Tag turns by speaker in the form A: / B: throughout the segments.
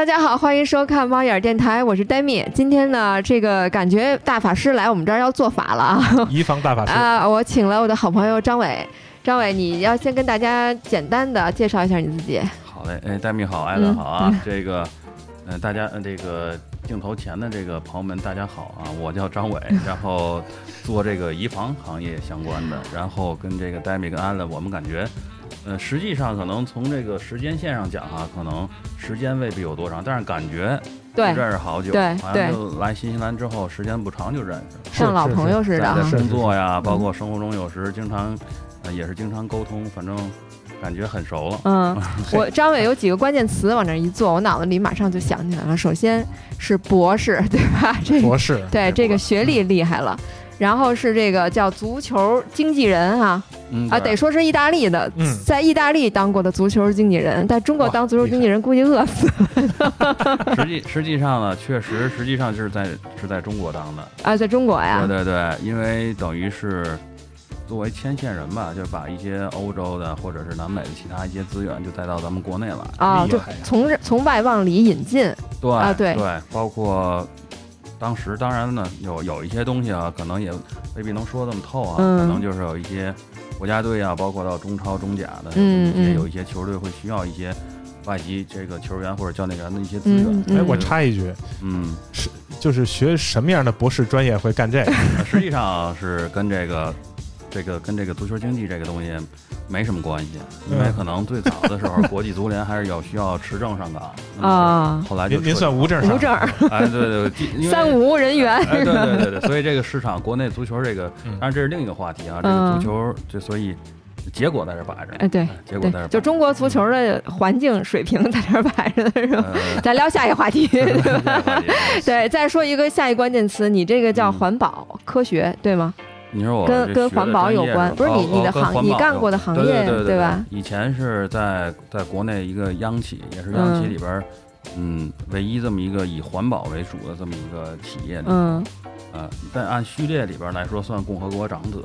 A: 大家好，欢迎收看猫眼电台，我是戴米。今天呢，这个感觉大法师来我们这儿要做法了啊，
B: 移防大法师
A: 啊！我请了我的好朋友张伟。张伟，你要先跟大家简单的介绍一下你自己。
C: 好嘞，戴米好，艾伦好啊，这个，大家这个镜头前的这个朋友们，大家好啊，我叫张伟，然后做这个移防行业相关的，然后跟这个戴米跟艾伦，我们感觉。实际上可能从这个时间线上讲啊，可能时间未必有多长，但是感觉认识好久，
A: 对，
C: 好像就来新西兰之后，时间不长就认识了，
A: 像老朋友似的。
C: 在工作呀，包括生活中有时经常，也是经常沟通，反正感觉很熟了。
A: 我张伟有几个关键词往那一坐，我脑子里马上就想起来了。首先是博士，对吧？
B: 博士，
A: 对，这个学历厉害了。然后是这个叫足球经纪人啊，得说是意大利的，在意大利当过的足球经纪人，在中国当足球经纪人估计饿死了。
C: 实际上呢，确实实际上是在中国当的
A: 啊，在中国呀。
C: 对，因为等于是作为牵线人吧，就把一些欧洲的或者是南美的其他一些资源就带到咱们国内来
A: 啊，就从外往里引进。对，
C: 包括。当时当然呢，有一些东西啊，可能也未必能说这么透啊，可能就是有一些国家队啊，包括到中超、中甲的，有一些球队会需要一些外籍这个球员或者教练员的一些资源。
B: 我插一句，就是学什么样的博士专业会干这个？
C: 实际上是跟这个足球经济这个东西没什么关系，因为可能最早的时候，国际足联还是需要持证上岗
A: 啊。
C: 后来就
B: 您算无证，
C: 哎，对，
A: 三无人员。
C: 哎，对，所以这个市场，国内足球这个，当然这是另一个话题啊。这个足球，所以结果在这摆着。
A: 哎，对，
C: 结果在这。
A: 就中国足球的环境水平在这摆着的是吧？咱聊下一个话题，对吧？对，再说一个下一关键词，你这个叫环保科学，对吗？
C: 你说我
A: 跟环保有关，不是你的行，你干过的行业，
C: 对
A: 吧？
C: 以前是在国内一个央企，也是央企里边，唯一这么一个以环保为主的这么一个企业里，但按序列里边来说，算共和国长子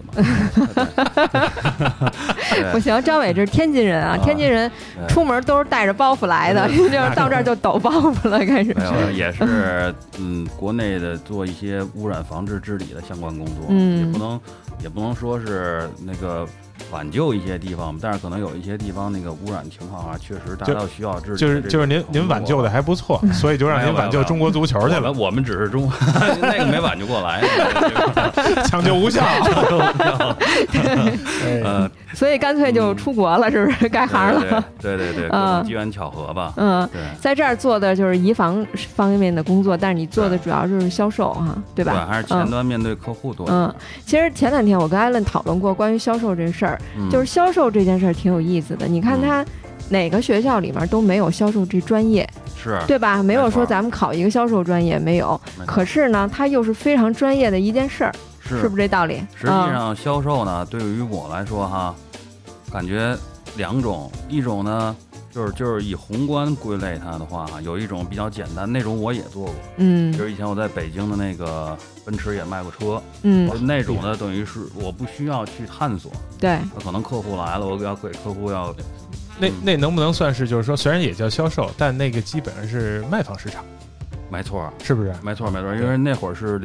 C: 嘛。
A: 不行，张伟这是天津人啊，天津人出门都是带着包袱来的，就是到这儿就抖包袱了，开始。
C: 没有，也是国内的做一些污染防治治理的相关工作，也不能说是那个挽救一些地方，但是可能有一些地方那个污染情况啊，确实达到需要治理。
B: 就是您挽救的还不错，所以就让您挽救中国足球去了。
C: 我们只是那个没挽救过来，
B: 抢救无效。
A: 所以干脆就出国了，是不是改行了？
C: 对，各种机缘巧合吧。
A: 对，在这儿做的就是移防方面的工作，但是你做的主要就是销售哈，对吧？
C: 对，还是前端面对客户多。
A: 其实前两天我跟艾伦讨论过关于销售这事儿，就是销售这件事儿挺有意思的。你看他哪个学校里面都没有销售这专业，
C: 是
A: 对吧？没有说咱们考一个销售专业没有，可是呢，它又是非常专业的一件事儿，是不是这道理？
C: 实际上，销售呢，对于我来说哈，感觉两种，一种呢就是以宏观归类它的话，有一种比较简单，那种我也做过，就是以前我在北京的那个奔驰也卖过车，那种呢，等于是我不需要去探索，
A: 对，
C: 可能客户来了，我要给客户要。
B: 那能不能算是就是说，虽然也叫销售，但那个基本上是卖方市场？
C: 没错，
B: 是不是？
C: 没错，因为那会儿是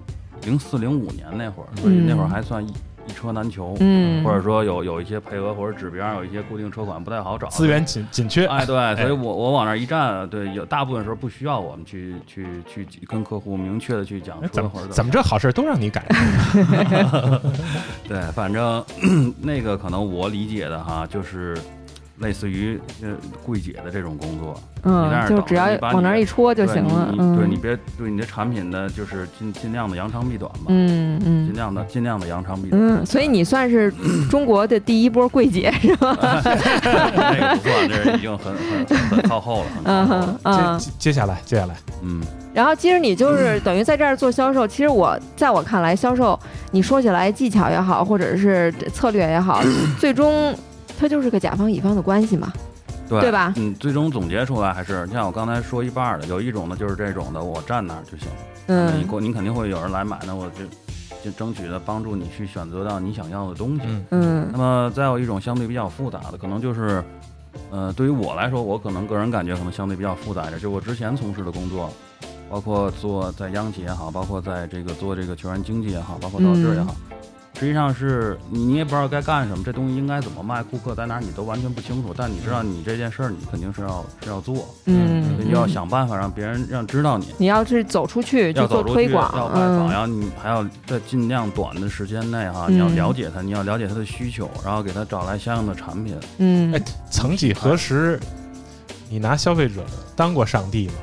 C: 04、05年那会儿，所以那会儿还算一车难求，或者说有一些配额或者指标，有一些固定车款不太好找，
B: 资源紧缺。
C: 哎，对，所以我往那儿一站，对，有大部分时候不需要我们去跟客户明确的去讲车或者
B: 怎么这好事都让你赶上。
C: 对，反正那个可能我理解的哈，就是类似于柜姐的这种工作，
A: 就只要往那儿一戳就行了。
C: 对，你别对你的产品的就是尽量的扬长避短吧。尽量的扬长避短。
A: 所以你算是中国的第一波柜姐是吧？
C: 那个不算，这已经很靠后了。
B: 接下来，
A: 然后其实你就是等于在这儿做销售，其实在我看来，销售你说起来技巧也好，或者是策略也好，最终它就是个甲方乙方的关系嘛，对吧？
C: 最终总结出来还是像我刚才说一半的，有一种呢就是这种的，我站那儿就行了。你肯定会有人来买呢，我就争取的帮助你去选择到你想要的东西。那么再有一种相对比较复杂的，可能就是对于我来说，我可能个人感觉可能相对比较复杂一点，就我之前从事的工作，包括做在央企也好，包括在这个做这个球员经济也好，包括导致也好，实际上是你也不知道该干什么，这东西应该怎么卖，顾客在哪儿你都完全不清楚，但你知道你这件事儿你肯定是要做，你要想办法让别人知道你
A: 要是走出去就做推广，
C: 要拜访，然后你还要在尽量短的时间内哈，你要了解他，你要了解他的需求，然后给他找来相应的产品。
B: 曾几何时，你拿消费者当过上帝吗？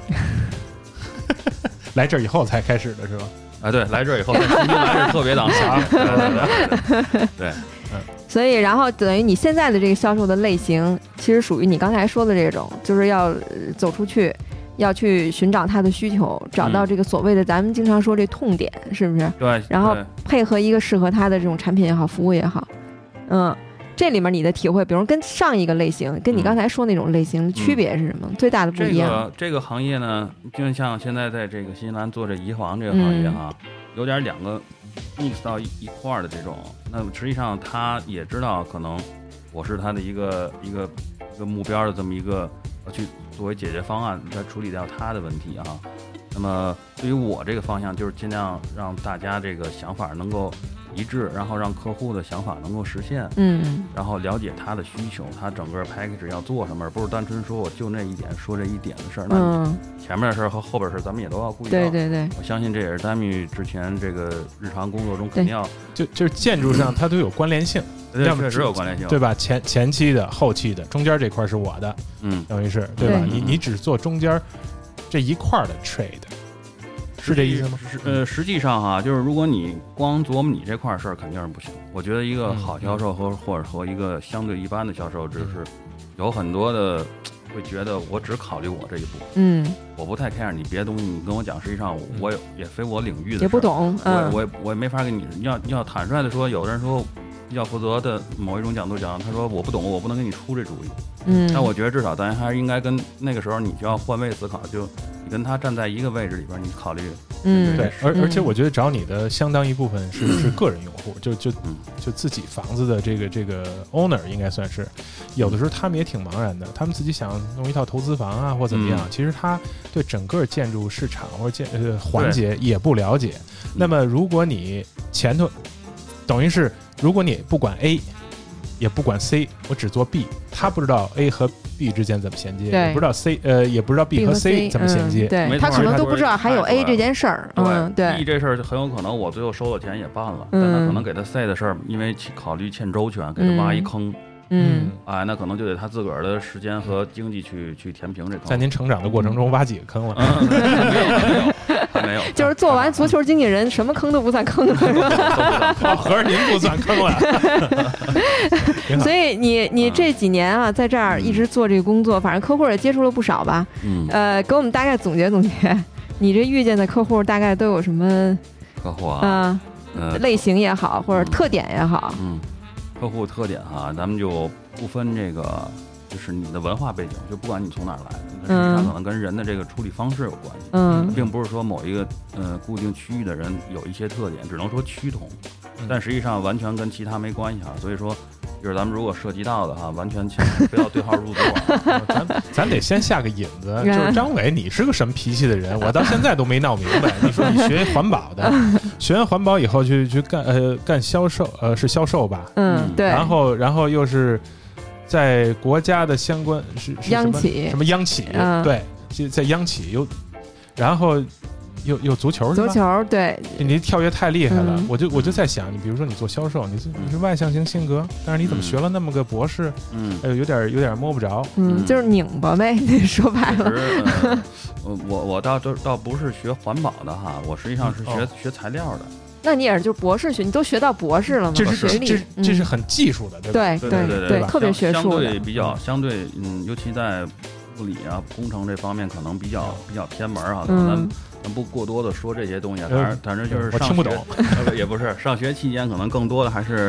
B: 来这儿以后才开始的是吧？
C: 对，来这儿以后，来这特别当强。对，
A: 所以然后等于你现在的这个销售的类型，其实属于你刚才说的这种，就是要走出去，要去寻找他的需求，找到这个所谓的咱们经常说这痛点，是不是？
C: 对。
A: 然后配合一个适合他的这种产品也好，服务也好，这里面你的体会，比如跟上一个类型，跟你刚才说那种类型的区别是什么？最大的不一样？
C: 这个行业呢，就像现在在这个新西兰做这移防这个行业哈，有点两个 mix 到一块儿的这种。那么实际上他也知道，可能我是他的一个目标的这么一个去作为解决方案来处理掉他的问题啊。那么对于我这个方向，就是尽量让大家这个想法能够一致，然后让客户的想法能够实现，然后了解他的需求，他整个 package 要做什么，而不是单纯说我就那一点说这一点的事儿。那前面的事儿和后边的事儿咱们也都要顾及到。
A: 对，
C: 我相信这也是丹米之前这个日常工作中肯定要
B: 就是建筑上它都有关联性，
C: 确实有关联性，
B: 对吧？前期的、后期的，中间这块是我的，等于是对吧？你只做中间这一块的 trade。是这意思吗？
C: 实际上哈，就是如果你光琢磨你这块事儿，肯定是不行。我觉得一个好销售或者说一个相对一般的销售，就是有很多的会觉得我只考虑我这一步，我不太 care 你别的东西，你跟我讲，实际上我也非我领域的事，
A: 也不懂，
C: 我也没法跟你要坦率的说，有的人说比较负责的某一种角度讲，他说我不懂，我不能给你出这主意。但我觉得至少咱还是应该跟那个时候你就要换位思考，就你跟他站在一个位置里边，你考虑。
B: 对，而且我觉得找你的相当一部分是个人用户，就自己房子的这个 owner 应该算是，有的时候他们也挺茫然的，他们自己想弄一套投资房啊或怎么样，其实他对整个建筑市场或者环节也不了解。那么如果你前头等于是，如果你不管 A 也不管 C， 我只做 B， 他不知道 A 和 B 之间怎么衔接，也不知道 C 也不知道 B 和 C 怎么衔接，
A: 对，他可能都不知道还有 A 这件事儿。对
C: ，B 这事儿很有可能我最后收了钱也办了，但他可能给他 C 的事儿，因为考虑欠周全，给他挖一坑。那可能就得他自个儿的时间和经济去填平这坑。
B: 在您成长的过程中挖几个坑了？
C: 没有，
A: 就是做完足球经纪人，什么坑都不算坑了。
B: 合着您不算坑了。
A: 所以你这几年啊，在这儿一直做这个工作，反正客户也接触了不少吧？给我们大概总结总结，你这遇见的客户大概都有什么
C: 客户啊？
A: 类型也好，或者特点也好。
C: 客户特点哈，咱们就不分这个，就是你的文化背景，就不管你从哪儿来的，实际上可能跟人的这个处理方式有关系。并不是说某一个固定区域的人有一些特点，只能说趋同，但实际上完全跟其他没关系哈。所以说，就是咱们如果涉及到的哈，完全千万不要对号入座。
B: 咱得先下个引子，就是张伟，你是个什么脾气的人？我到现在都没闹明白。你说你学环保的，学完环保以后去干销售，是销售吧？
A: 对。
B: 然后又是在国家的相关是
A: 央企
B: 什么央企？对，在央企然后有足球是吧？
A: 足球对，
B: 你跳跃太厉害了。我就在想，你比如说你做销售，你是外向型性格，但是你怎么学了那么个博士？有点摸不着。
A: 就是拧巴呗，说白了。
C: 我倒不是学环保的哈，我实际上是学材料的。
A: 那你也是就博士学，你都学到博士了吗？
B: 这是很技术的，对吧？
C: 对，
A: 特别学术的，
C: 相对尤其在物理啊、工程这方面可能比较偏门啊，可能咱不过多的说这些东西，反正就是
B: 我听不懂，
C: 也不是上学期间可能更多的还是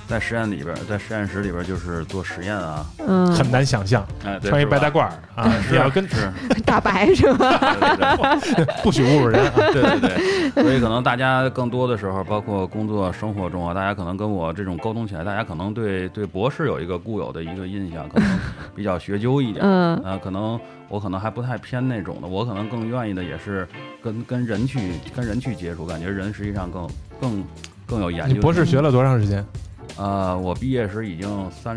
C: 在实验室里边就是做实验啊，
B: 很难想象，穿一白大褂啊，你要跟
A: 大白是吧？
C: 对，
B: 不许侮辱人啊！
C: 对，所以可能大家更多的时候，包括工作生活中啊，大家可能跟我这种沟通起来，大家可能对博士有一个固有的一个印象，可能比较学究一点，可能我可能还不太偏那种的，我可能更愿意的也是跟人去接触，感觉人实际上更有研究。
B: 你博士学了多长时间？
C: 我毕业时已经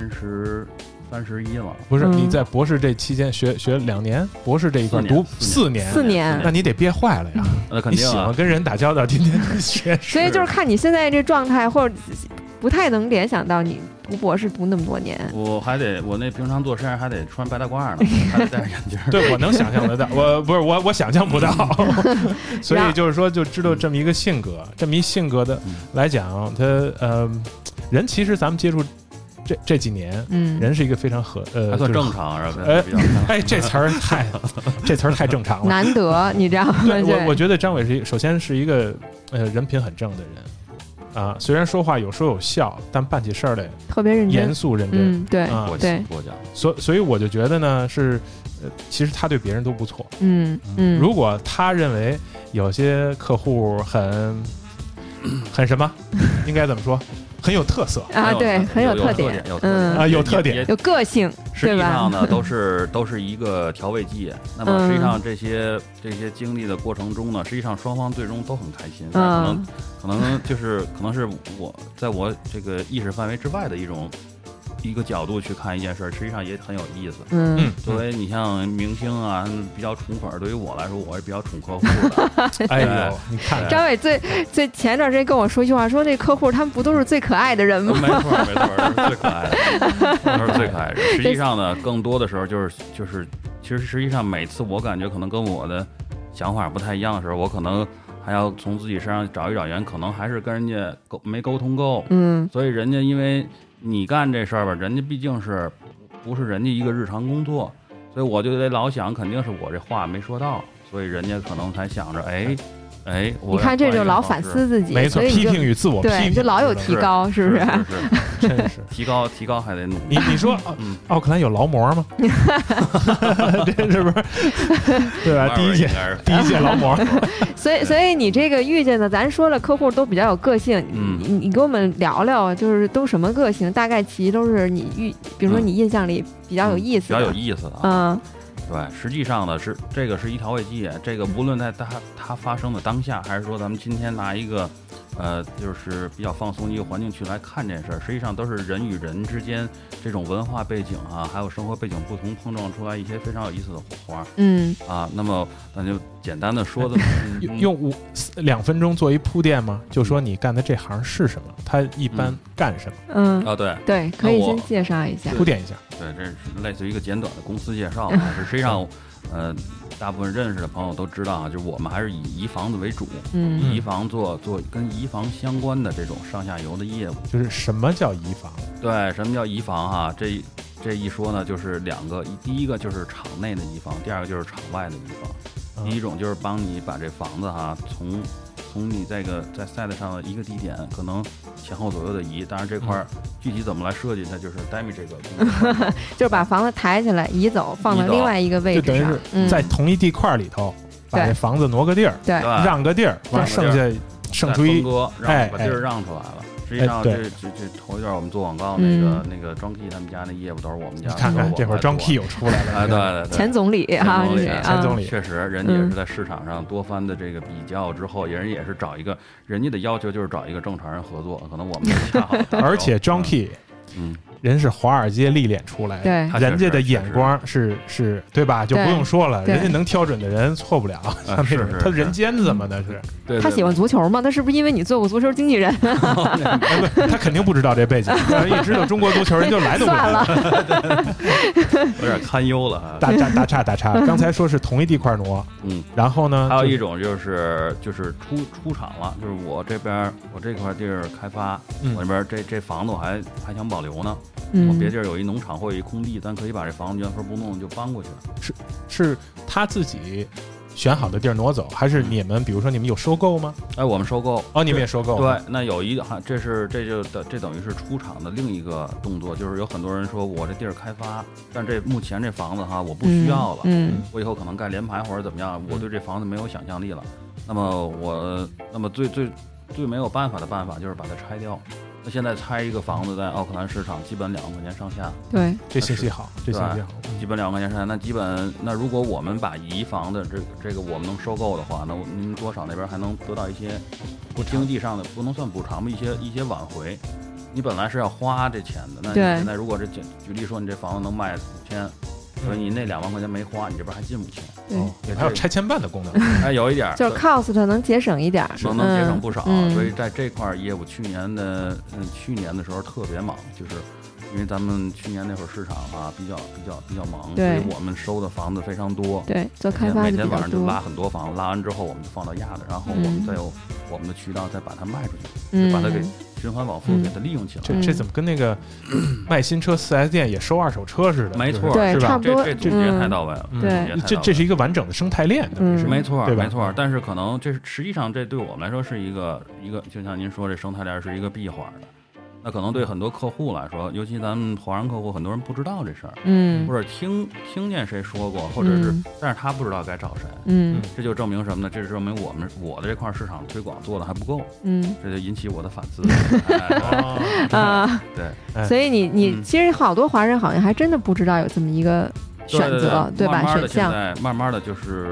C: 31了。
B: 不是，你在博士这期间学2年，博士这一块读4年，那你得憋坏了呀！
C: 那肯定啊，
B: 你喜欢跟人打交道，天天学，
A: 所以就是看你现在这状态，或者不太能联想到你读博士读那么多年。
C: 我那平常做实验还得穿白大褂呢，还得戴着眼镜。
B: 对，我能想象得到，我想象不到。所以就是说，就知道这么一个性格，的来讲，他人其实咱们接触这几年，人是一个非常
C: 还算正常，
B: 这词儿太正常了，
A: 难得，你知道吗？
B: 我觉得张伟首先是一个人品很正的人啊，虽然说话有说有笑，但办起事儿来
A: 特别认真，
B: 严肃认真，
A: 对
B: 啊，
A: 对，
B: 所以我就觉得呢是，其实他对别人都不错，如果他认为有些客户很什么，应该怎么说？很有特色
A: 啊，对，很有特点，
B: 有特点，
A: 有个性，
C: 实际上呢，都是一个调味剂。那么实际上这些经历的过程中呢，实际上双方最终都很开心。可能是我在我这个意识范围之外的一个角度去看一件事，实际上也很有意思。作为你像明星啊，比较宠粉，对于我来说，我是比较宠客户的。
B: 哎呦，你看
A: 张伟最前段时间跟我说一句话，说这客户他们不都是最可爱的人吗？
C: 没错，都是最可爱的，都是最可爱的。实际上呢，更多的时候就是，其实实际上每次我感觉可能跟我的想法不太一样的时候，我可能还要从自己身上找一找原因，可能还是跟人家没沟通够。所以人家因为你干这事儿吧，人家毕竟不是人家一个日常工作，所以我就得老想，肯定是我这话没说到，所以人家可能才想着，你
A: 看这就老反思自己，
B: 没错，批评与自我批评，
A: 对，就老有提高，是不是？
B: 真是
C: 提高还得努力。
B: 你说奥克兰有劳模吗？这是不是？对吧？第一届劳模。
A: 所以你这个遇见的，咱说了，客户都比较有个性。你跟我们聊聊，就是都什么个性？大概其都是比如说你印象里比较有意思的。
C: 对，实际上呢这个是一调味剂，这个无论在它发生的当下，还是说咱们今天拿一个就是比较放松的一个环境去来看这件事儿，实际上都是人与人之间这种文化背景啊，还有生活背景不同，碰撞出来一些非常有意思的火花。那么咱就简单的说的，
B: 用2分钟做一铺垫吗？就说你干的这行是什么，他一般干什么？
A: 对，可以先介绍一下，
B: 铺垫一下。
C: 对，这是类似于一个简短的公司介绍，实际上大部分认识的朋友都知道啊，就是我们还是以移房子为主，移房做跟移房相关的这种上下游的业务。
B: 就是什么叫移房？
C: 对，什么叫移房啊？这一说呢，就是2个，第一个就是场内的移房，第2个就是场外的移房。第一种就是帮你把这房子哈从你在 site 上的一个地点，可能前后左右的移，当然这块具体怎么来设计，那就是 Demi 这个
A: 就是把房子抬起来移走，放到另外一个位置上，
B: 就等于是在同一地块里头把这房子挪个地儿，
A: 对，
B: 让个地儿，完剩下剩出一
C: 把地儿让出来了。实际上，这头一段我们做广告那个庄 Key 他们家那业务都是我们家。
B: 看看这会儿庄 Key 又出来
C: 了，对，
A: 前总理哈，
B: 前总理
C: 确实，人家也是在市场上多番的这个比较之后，人也是找一个，人家的要求就是找一个正常人合作，可能我们恰好。
B: 而且庄 Key，人是华尔街历练出来的，
A: 对，
B: 人家的眼光是对吧？就不用说了，人家能挑准的人错不了。他人尖子嘛，那是。
C: 对，
A: 他喜欢足球吗？他是不是因为你做过足球经纪人？
B: 他肯定不知道这背景，一知道中国足球人就来都不来。
A: 算了，
C: 有点堪忧了。
B: 打岔。刚才说是同一地块挪，然后呢，
C: 还有一种就是出场了，就是我这块地儿开发，我这边这房子我还想保留呢。我别地儿有一农场或有一空地，咱可以把这房子原封不动就搬过去。
B: 是他自己选好的地儿挪走，还是你们比如说你们有收购吗？
C: 我们收购
B: 哦，你们也收购。
C: 对，那有一这等于是出厂的另一个动作，就是有很多人说我这地儿开发，但目前这房子我不需要了，我以后可能盖联排或者怎么样，我对这房子没有想象力了，那么最没有办法的办法就是把它拆掉。那现在拆一个房子在奥克兰市场基本2万块钱上下。
A: 对，
B: 这信息好，这信息好，
C: 基本2万块钱上下。那如果我们把宜房的这个我们能收购的话，那您多少那边还能得到一些经济上的不能算补偿吧，一些挽回。你本来是要花这钱的，那你现在如果举例说你这房子能卖5000。所以你那2万块钱没花，你这边还进5000，
B: 还有拆迁办的功能，
C: 有一点，
A: 就是 cost 能节省一点，
C: 能节省不少。所以在这块业务，去年的时候特别忙，就是因为咱们去年那会儿市场比较忙，所以我们收的房子非常多，
A: 对，做开发的比较多，
C: 每天晚上就拉很多房子，拉完之后我们就放到亚的，然后我们再有我们的渠道再把它卖出去，把它给循环往复给它利用起来。
B: 这怎么跟那个卖新车 4S 店也收二手车似的？
C: 没错，
A: 对，
C: 是吧？
A: 差不多，
C: 这总结太到位了。
A: 对，
B: 这是一个完整的生态链，
C: 没错，
B: 对吧？
C: 没错。但是可能实际上这对我们来说是一个，就像您说，这生态链是一个闭环的。那可能对很多客户来说，尤其咱们华人客户，很多人不知道这事儿，或者听见谁说过，或者是，但是他不知道该找谁，这就证明什么呢？这就证明我的这块市场推广做的还不够，这就引起我的反思。
A: 对，所以你其实好多华人好像还真的不知道有这么一个选择，对吧？选项
C: 慢慢的就是，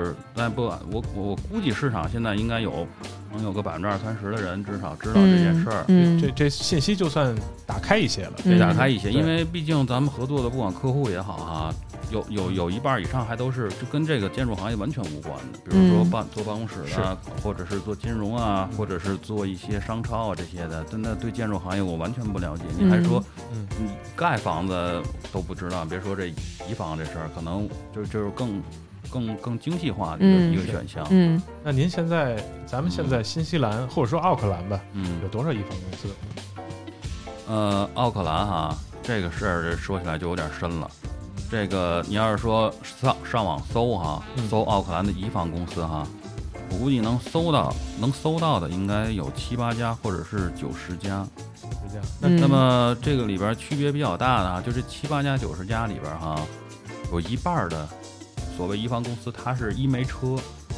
C: 但不，我估计市场现在应该能有个20%-30%的人至少知道这件事儿。
B: 这信息就算打开一些了，
C: 打开一些，因为毕竟咱们合作的不管客户也好有一半以上还都是就跟这个建筑行业完全无关的，比如说做办公室的，或者是做金融啊，或者是做一些商超这些的，真的对建筑行业我完全不了解。你还说，你盖房子都不知道，别说这宜房这事儿，可能就是更精细化的一个选项。
B: 那您咱们现在新西兰或者说奥克兰吧，有多少宜房公司？
C: 奥克兰这个事儿说起来就有点深了。这个你要是说上网搜搜奥克兰的宜房公司我估计能搜到的应该有7-8家或者是9-10家。那么这个里边区别比较大的就是7-8家90家里边有一半的所谓宜房公司，它是1没车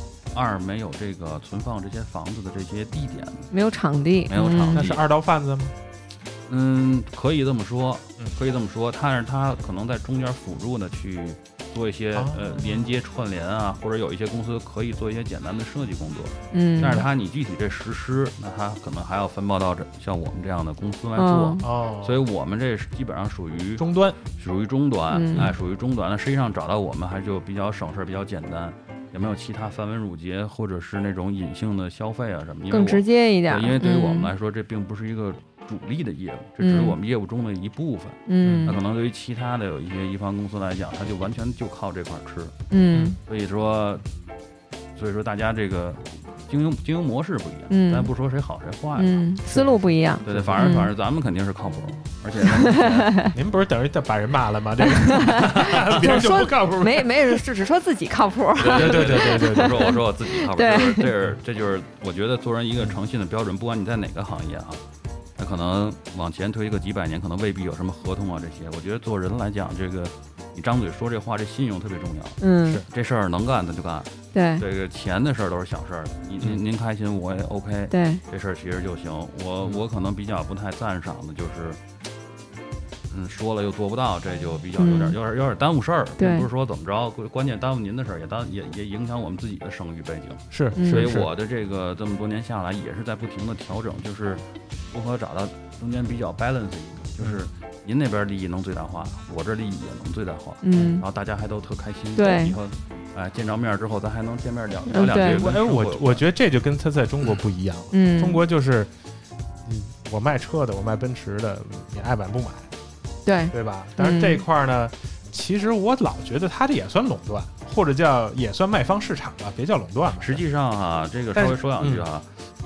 C: ，2没有这个存放这些房子的这些地点，
A: 没有场地，
B: 那是2道贩子吗？
C: 可以这么说，但是它可能在中间辅助的去做一些连接串联或者有一些公司可以做一些简单的设计工作，但是你具体这实施，那它可能还要分包到像我们这样的公司来做，所以我们这基本上属于
B: 终端，
C: 属于终端。那实际上找到我们还就比较省事，比较简单。有没有其他繁文缛节或者是那种隐性的消费什么？
A: 更直接一点。
C: 因为对于我们来说，这并不是一个主力的业务，这只是我们业务中的一部分。那可能对于其他的有一些宜房公司来讲，它就完全就靠这块吃。所以说大家这个经营模式不一样，咱不说谁好谁坏，
A: 思路不一样。
C: 对，反正咱们肯定是靠谱，而且
B: 您不是等于把人骂了吗？这个别人就不靠谱，
A: 没只说自己靠谱。
C: 对，我说我自己靠谱，这就是我觉得做人一个诚信的标准，不管你在哪个行业那可能往前推一个几百年，可能未必有什么合同这些。我觉得做人来讲，这个你张嘴说这话，这信用特别重要。是这事儿能干的就干。
A: 对，
C: 这个钱的事儿都是小事儿，您开心我也 OK。
A: 对，
C: 这事儿其实就行。我可能比较不太赞赏的就是，说了又做不到，这就比较有点耽误事儿。并不是说怎么着，关键耽误您的事儿，也影响我们自己的声誉背景。
B: 是，
C: 所以我的这个这么多年下来，也是在不停的调整，就是如何找到中间比较 balance 一个，就是您那边利益能最大化，我这利益也能最大化。然后大家还都特开心。
A: 对，
C: 以后见着面之后，咱还能见面聊两句。
B: 我觉得这就跟他在中国不一样。中国就是，我卖车的，我卖奔驰的，你爱买不买。对吧？但是这一块呢，其实我老觉得它这也算垄断，或者也算卖方市场吧，别叫垄断吧。
C: 实际上这个稍微说两句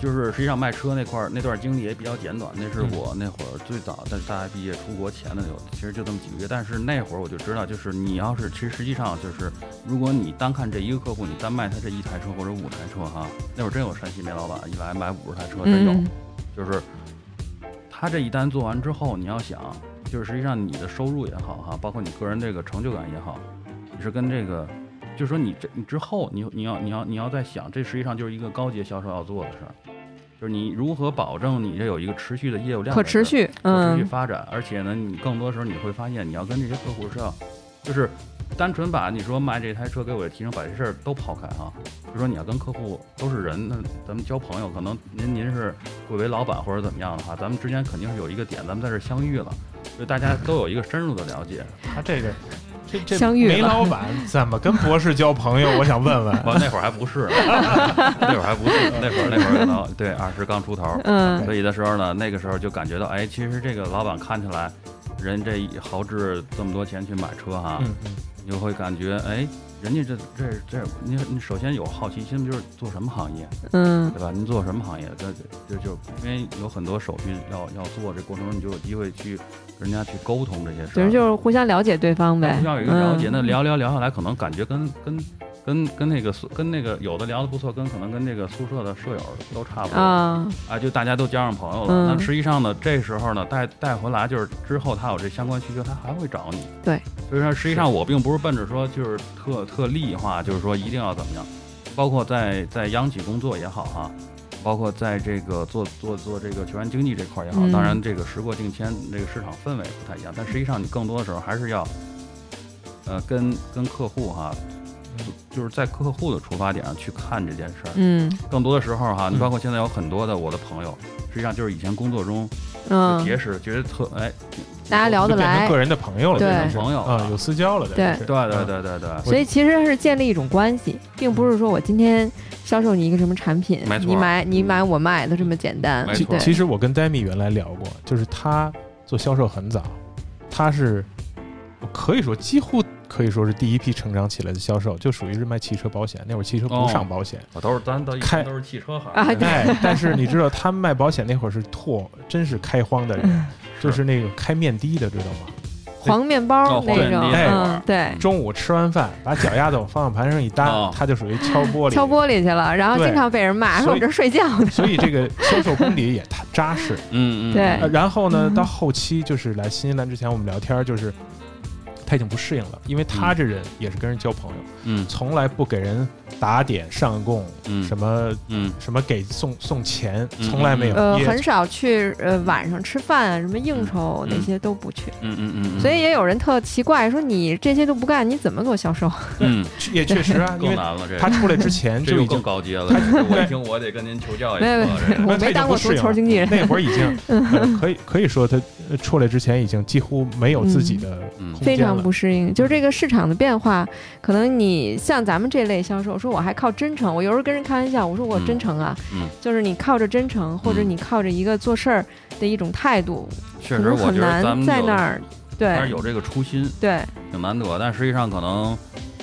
C: 就是实际上卖车那段经历也比较简短，那是我那会儿最早在大学毕业出国前的其实就这么几个月。但是那会儿我就知道，就是你要是其实实际上就是如果你单看这一个客户，你单卖他这1台车或者5台车哈，那会儿真有山西煤老板一来买50台车，真有，就是他这一单做完之后，你要想，就是实际上你的收入也好哈，包括你个人这个成就感也好，你是跟这个。就是说你之后你要在想，这实际上就是一个高阶销售要做的事儿，就是你如何保证你这有一个持续的业务量，
A: 可持续
C: 发展，而且呢，你更多时候你会发现，你要跟这些客户是要，就是单纯把你说卖这台车给我的提成，把这事儿都抛开哈，就说你要跟客户都是人，那咱们交朋友，可能您是贵为老板或者怎么样的话，咱们之间肯定是有一个点，咱们在这相遇了，所以大家都有一个深入的了解。
B: 他这煤老板怎么跟博士交朋友？我想问问。
C: 那会儿还不是，那会儿可能对20刚出头，所以的时候呢，那个时候就感觉到，哎，其实这个老板看起来，人这豪掷这么多钱去买车哈，你就会感觉，哎，人家这，你首先有好奇心，就是做什么行业，对吧？您做什么行业？就因为有很多手续要做，这过程中你就有机会去跟人家去沟通这些事，
A: 就是互相了解对方呗，
C: 互相有一个了解。那聊下来，可能感觉跟那个有的聊得不错，可能跟那个宿舍的舍友都差不多啊，就大家都交上朋友了。那实际上呢，这时候呢带回来，就是之后他有这相关需求，他还会找你。
A: 对，
C: 所以说实际上我并不是奔着说就是特利益化，就是说一定要怎么样，包括在央企工作也好哈，包括在这个做这个球员经济这块也好，当然这个时过境迁，这个市场氛围不太一样，但实际上你更多的时候还是要跟客户哈。就是在客户的出发点上去看这件事儿，更多的时候哈，你包括现在有很多的我的朋友，实际上就是以前工作中结识，觉得
A: 大家聊得来，
B: 变成个人的朋友了，
C: 变成朋友
B: 啊，有私交了，
A: 对。所以其实是建立一种关系，并不是说我今天销售你一个什么产品，你买我卖的这么简单。
B: 其实我跟戴米原来聊过，就是他做销售很早，他是可以说几乎。可以说是第一批成长起来的销售，就属于是卖汽车保险。那会儿汽车不上保险，
C: 咱都是汽车行。
B: 哎，但是你知道他们卖保险那会儿是真是开荒的人，就是那个开面的的，知道吗？
A: 黄面包那种，对。
B: 中午吃完饭，把脚丫子往方向盘上一搭，他就属于敲玻璃去了，
A: 然后经常被人骂说我这睡觉呢。
B: 所以这个销售功底也扎实，
A: 对。
B: 然后呢，到后期就是来新西兰之前，我们聊天就是。他已经不适应了，因为他这人也是跟人交朋友，从来不给人打点上供，什么给送钱，从来没有，
A: 很少去晚上吃饭啊，什么应酬那些都不去，所以也有人特奇怪，说你这些都不干，你怎么做销售？
B: 也确实啊，
C: 更难了，这
B: 他出来之前就已经
C: 更高阶了，我一听我得跟您求教一下，
A: 我没当过足球经纪人，
B: 那会儿已经可以说他出来之前已经几乎没有自己的空间了，
A: 非常不适应，就是这个市场的变化，可能你像咱们这类销售，说我还靠真诚，我有时候跟人开玩笑，我说我真诚啊，就是你靠着真诚，或者你靠着一个做事儿的一种态度，
C: 确实我觉得咱们
A: 在那儿，对，
C: 但是有这个初心，
A: 对，
C: 挺难得，但实际上可能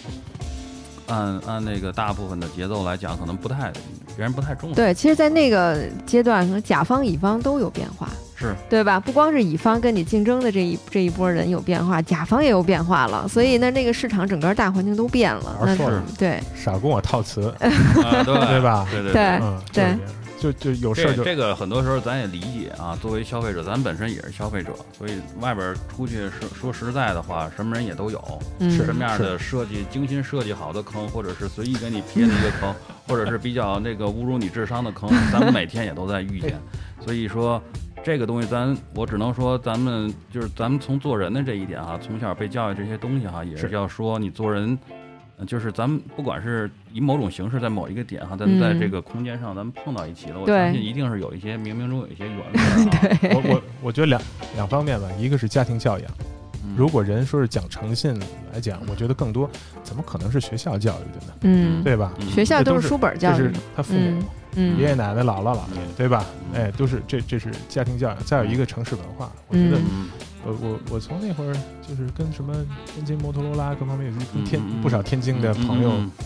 C: 按那个大部分的节奏来讲，可能别人不太重视。
A: 对，其实，在那个阶段，可能甲方乙方都有变化。
C: 是
A: 对吧？不光是乙方跟你竞争的这一波人有变化，甲方也有变化了，所以那个市场整个大环境都变了。那是对，
B: 少跟我套词，
C: 对
B: 吧？
A: 对，
B: 就有事就
C: 这个很多时候咱也理解啊。作为消费者，咱本身也是消费者，所以外边出去说实在的话，什么人也都有，什么样的精心设计好的坑，或者是随意给你贴的一个坑，或者是比较那个侮辱你智商的坑，咱们每天也都在遇见。所以说。这个东西我只能说咱们从做人的这一点啊，从小被教育这些东西哈，也是要说你做人，就是咱们不管是以某种形式在某一个点哈，咱们在这个空间上咱们碰到一起了，我相信一定是有一些冥冥中有一些缘分
B: 啊。我觉得两方面吧，一个是家庭教养，如果人说是讲诚信来讲，我觉得更多怎么可能是学校教育的呢？对吧？
A: 学校都是书本教育，
B: 这是他父母。爷爷奶奶、姥姥姥爷，对吧？哎，都是这是家庭教养。再有一个城市文化，我觉得，我从那会儿就是跟什么天津摩托罗拉各方面有不少天津的朋友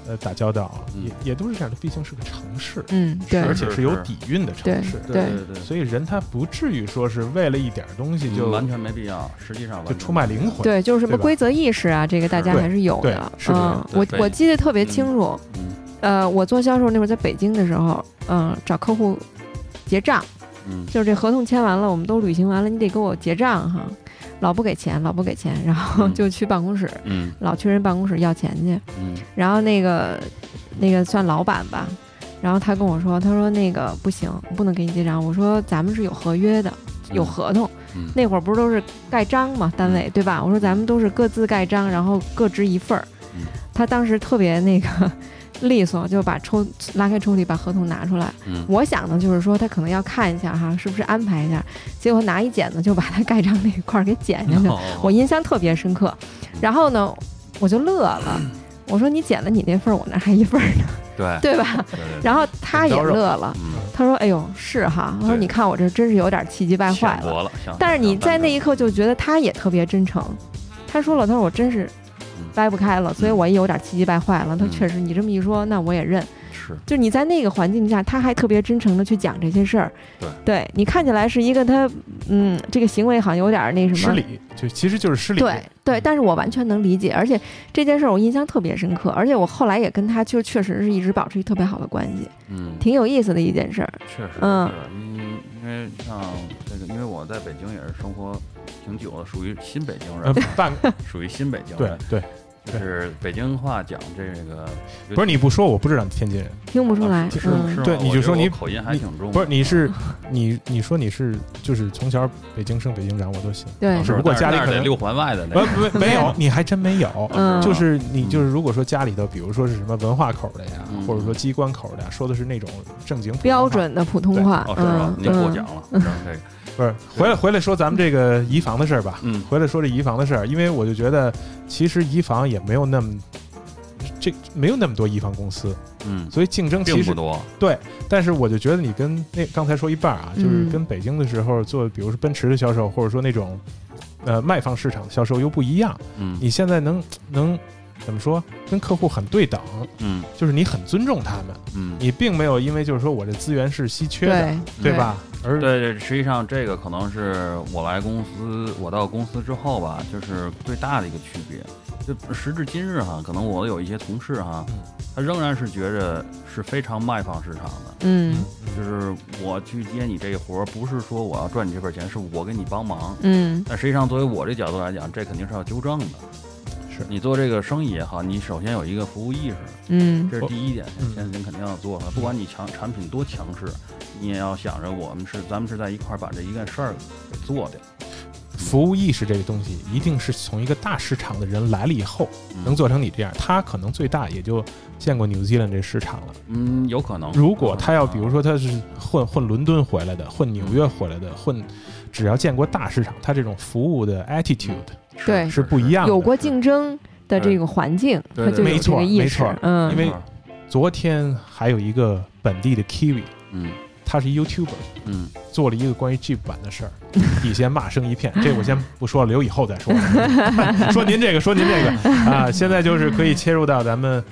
B: 打交道，也都是这样的，毕竟是个城市，
A: 对，
B: 而且是有底蕴的城市，
C: 对，
B: 所以人他不至于说是为了一点东西就
C: 完全没必要，实际上
B: 就出卖灵魂，
A: 对，就是什么规则意识啊，这个大家还是有的，我记得特别清楚，我做销售那会儿在北京的时候，找客户结账，就是这合同签完了，我们都履行完了，你得给我结账哈。老不给钱，然后就去办公室，老去人办公室要钱去，然后那个算老板吧，然后他跟我说，他说那个不行，不能给你结账。我说咱们是有合约的，有合同，那会儿不是都是盖章嘛，单位对吧？我说咱们都是各自盖章，然后各执一份儿。他当时特别那个利索，就把拉开抽屉，把合同拿出来。我想呢，就是说他可能要看一下哈，是不是安排一下。结果拿一剪子就把他盖章那一块给剪下去，我印象特别深刻。然后呢，我就乐了，我说你剪了你那份，我那还一份呢，对吧？然后他也乐了，他说：“哎呦，是哈。”他说：“你看我这真是有点气急败坏了。”但是你在那一刻就觉得他也特别真诚。他说了，他说我真是掰不开了，所以我也有点气急败坏了。他确实，你这么一说，那我也认。就你在那个环境下，他还特别真诚的去讲这些事儿。对你看起来是一个他，这个行为好像有点那什么
B: 失礼，就其实就是失礼。
A: 对，但是我完全能理解，而且这件事我印象特别深刻，而且我后来也跟他就确实是一直保持特别好的关系，挺有意思的一件事儿。
C: 确实，因为像这个，因为我在北京也是生活挺久的，属于新北京人，属于新北京人，
B: 对。
C: 就是北京话讲这个，
B: 不是你不说我不知道你天津人，
A: 听不出来。
B: 对，你就说你
C: 口音还挺重。
B: 不是你说你是就是从小北京生北京长我都行。
A: 对，
B: 只不过家里可能
C: 6环外的那个
B: 没有，你还真没有。就是你就是如果说家里头，比如说是什么文化口的呀，或者说机关口的呀，说的是那种正经
A: 标准的普通话。
C: 是吧？你过奖了，这个。
B: 不是回来说咱们这个移房的事儿吧。回来说这移房的事儿，因为我就觉得其实移房也没有那么多移房公司，所以竞争其实
C: 并不多。
B: 对，但是我就觉得你跟刚才说一半啊，就是跟北京的时候做，比如说奔驰的销售，或者说那种卖方市场的销售又不一样。你现在能怎么说？跟客户很对等，就是你很尊重他们，你并没有因为就是说我这资源是稀缺的，对吧？
C: 对，实际上这个可能是我到公司之后吧，就是最大的一个区别。就时至今日哈，可能我有一些同事哈，他仍然是觉着是非常卖方市场的，就是我去接你这个活，不是说我要赚你这份钱，是我给你帮忙，但实际上作为我这角度来讲，这肯定是要纠正的。是你做这个生意也好，你首先有一个服务意识，这是第一点，现在肯定要做的。不管你产品多强势，你也要想着咱们是在一块儿把这一件事儿给做掉。
B: 服务意识这个东西，一定是从一个大市场的人来了以后，能做成你这样。他可能最大也就见过 New Zealand 这市场了，
C: 有可能。
B: 如果他要比如说他是混伦敦回来的，混纽约回来的，只要见过大市场，他这种服务的 attitude
A: 对
B: 是不一样的，
A: 有过竞争的这个环境，他就有这个意识。
B: 因为昨天还有一个本地的 Kiwi，他是 YouTuber，做了一个关于 Jeep 版的事儿，底下骂声一片。这我先不说了，留以后再说。说您这个啊，现在就是可以切入到咱们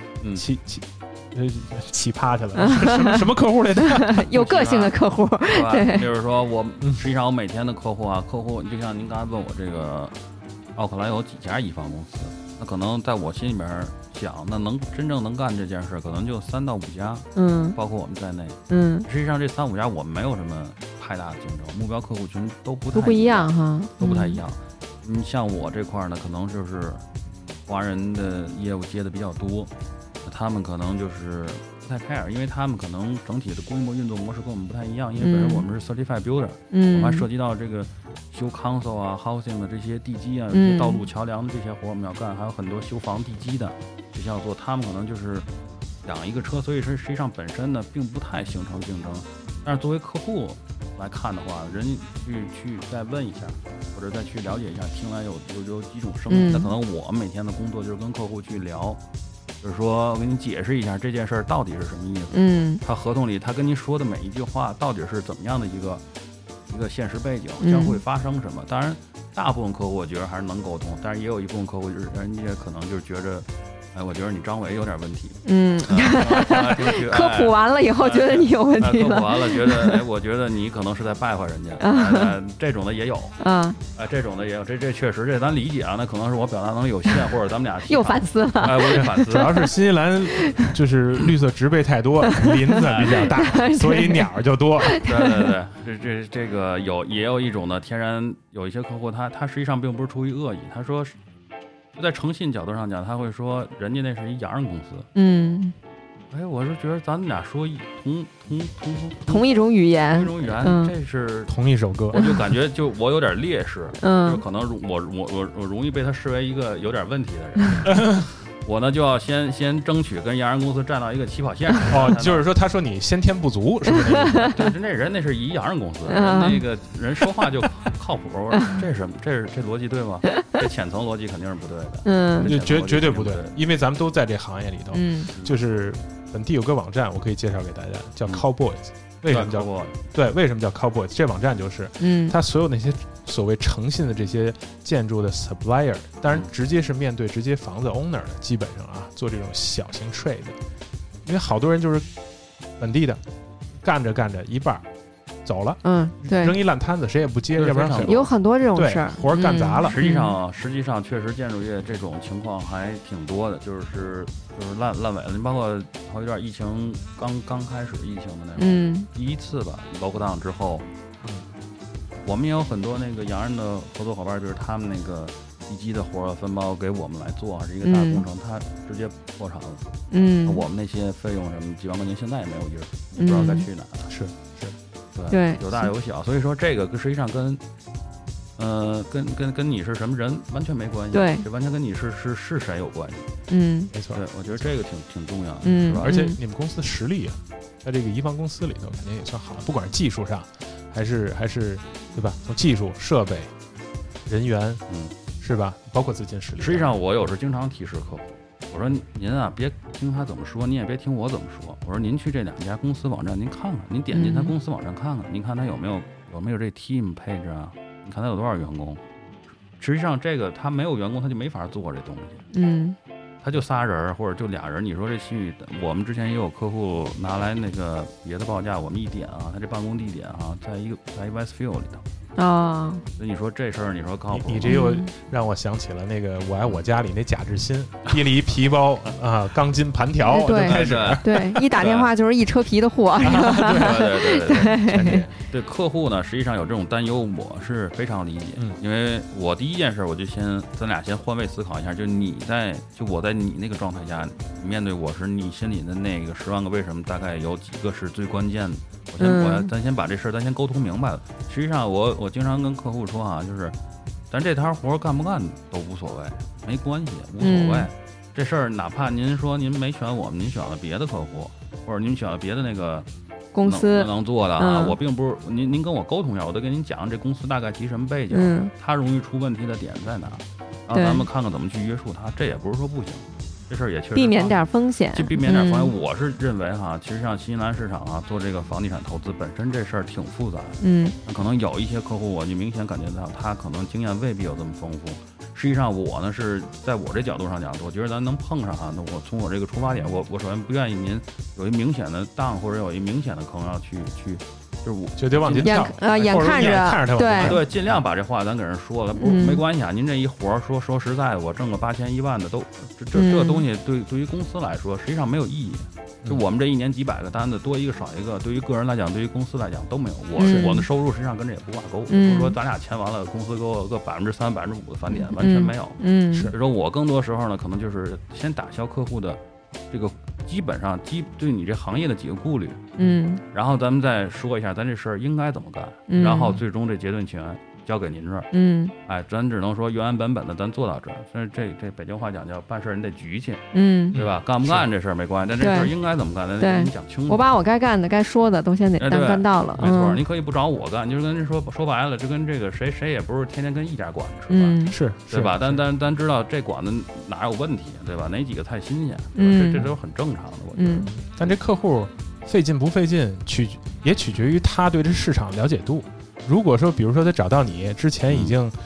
B: 奇葩去了。什么客户来的？
A: 有个性的客户。对，
C: 就是说实际上我每天的客户就像您刚才问我这个奥克兰有几家移房公司，那可能在我心里面想，那真正能干这件事可能就3到5家，包括我们在内，实际上这3、5家我们没有什么太大的竞争，目标客户群都不一样哈，都不太一样。你像我这块呢，可能就是华人的业务接的比较多，他们可能就是不太 care， 因为他们可能整体的规模运作模式跟我们不太一样，因为本身我们是 certified builder，我们还涉及到这个修 council 啊 housing 的这些地基啊，这些道路桥梁的这些活我们要干，还有很多修房地基的这些要做，他们可能就是养一个车，所以实际上本身呢并不太形成竞争。但是作为客户来看的话，人去再问一下，或者再去了解一下，听来有几种声音，那可能我每天的工作就是跟客户去聊，就是说我给你解释一下这件事儿到底是什么意思，他合同里他跟您说的每一句话到底是怎么样的一个现实背景，将会发生什么。当然大部分客户我觉得还是能沟通，但是也有一部分客户人家可能就是觉着哎，我觉得你张伟有点问题。
A: 科普完了以后觉得你有问题了。
C: 科普完了觉得，哎，我觉得你可能是在败坏人家。这种的也有这种的也有，这确实这咱理解啊，那可能是我表达能力有限，或者咱们俩
A: 又反思了。
C: 哎，我也反思，
B: 主要是新西兰就是绿色植被太多，林子比较大，所以鸟就多。
C: 对，这个也有一种的天然，有一些客户他实际上并不是出于恶意，他说就在诚信角度上讲，他会说人家那是一洋人公司。哎，我是觉得咱们俩说
A: 同一种语言，
C: 这是
B: 同一首歌，
C: 我就感觉就我有点劣势，就可能我容易被他视为一个有点问题的人。我呢就要先争取跟洋人公司站到一个起跑线上。
B: 就是说他说你先天不足，是不是？
C: 对，那人那是一洋人公司，那个人说话就靠谱。这是什么？这逻辑对吗？这浅层逻辑肯定是不对的。
B: 绝对不对，因为咱们都在这行业里头。就是本地有个网站，我可以介绍给大家，叫 Cowboys。为什么叫
C: Cowboys？
B: 对，为什么叫 Cowboys？ 这网站就是，它所有那些所谓诚信的这些建筑的 supplier， 当然直接是面对直接房子 owner 的，基本上做这种小型 trade， 因为好多人就是本地的，干着一半走了，对，扔一烂摊子，谁也不接，要不然
A: 有很多这种事儿，
B: 活干砸了。
C: 实际上确实建筑业这种情况还挺多的，就是烂尾了。你包括头一段疫情刚开始疫情的那种，第一次吧 lockdown 之后，我们也有很多那个洋人的合作伙伴，就是他们那个地基的活分包给我们来做，是一个大工程，他直接破产了。我们那些费用什么几万块钱，现在也没有印儿，你不知道该去哪。
B: 是。
A: 对，
C: 有大有小，所以说这个实际上跟你是什么人完全没关系，
A: 对，
C: 这完全跟你是谁有关系。
B: 没错，
C: 对，我觉得这个挺重要的，
B: 是吧？而且你们公司的实力在这个宜房公司里头肯定也算好，不管是技术上，还是对吧？从技术、设备、人员，是吧？包括资金实力。
C: 实际上，我有时经常提示客户，我说您别听他怎么说，你也别听我怎么说。我说您去这两家公司网站您看看，您点进他公司网站看看，您看他有没有这 team 配置啊？你看他有多少员工？实际上这个他没有员工他就没法做这东西。他就仨人或者就俩人，你说这西域，我们之前也有客户拿来那个别的报价，我们一点他这办公地点在一 Westfield 里头。所以你说这事儿，你说靠谱？
B: 你这又让我想起了那个《我爱我家》里那贾志新提了一皮包钢筋盘条就开始，
A: 对，一打电话就是一车皮的货。
C: 对，客户呢实际上有这种担忧，我是非常理解。因为我第一件事我就咱俩先换位思考一下，就我在你那个状态下面对我时，你心里的那个10万个为什么大概有几个是最关键的？咱先把这事儿咱先沟通明白了。实际上我经常跟客户说就是咱这摊活干不干都无所谓，没关系，无所谓。这事儿哪怕您说您没选我们，您选了别的客户，或者您选了别的那个
A: 公司
C: 能做的我并不是您跟我沟通一下，我都跟您讲这公司大概提什么背景，它容易出问题的点在哪，然后咱们看看怎么去约束它。这也不是说不行，这事儿也确实
A: 避免点风险，
C: 就避免点风险。我是认为其实像新西兰市场做这个房地产投资本身这事儿挺复杂的。可能有一些客户我就明显感觉到他可能经验未必有这么丰富。实际上我呢是在我这角度上讲，我觉得咱能碰上那我从我这个出发点，我首先不愿意您有一明显的档或者有一明显的坑要去。就是我
B: 就得往前跳，
A: 眼看着
C: 对，尽量把这话咱给人说了，没关系您这一活说实在的，我挣个8000、1万的都这东西对于公司来说实际上没有意义。就我们这一年几百个单子，多一个少一个，对于个人来讲，对于公司来讲都没有。我的收入实际上跟这也不挂钩，不是说咱俩签完了，公司给我个3%、5%的返点，完全没有。所以说我更多时候呢，可能就是先打消客户的这个基本上对你这行业的几个顾虑，然后咱们再说一下咱这事儿应该怎么干，然后最终这决定权交给您这儿，咱只能说原原本本的咱做到这儿。所以这北京话讲叫办事你得局气，对吧？干不干这事儿没关系，但这事儿应该怎么干，咱得给你讲清楚。
A: 我把我该干的、该说的都先得干到了。
C: 没错，你可以不找我干，就是跟人说白了，就跟这个谁也不是天天跟一家馆子吃饭，
B: 是
C: 对吧？咱知道这馆子哪有问题，对吧？哪几个菜新鲜，这都是很正常的，我觉得。
B: 但这客户费劲不费劲，也取决于他对这市场了解度。如果说，比如说他找到你之前已经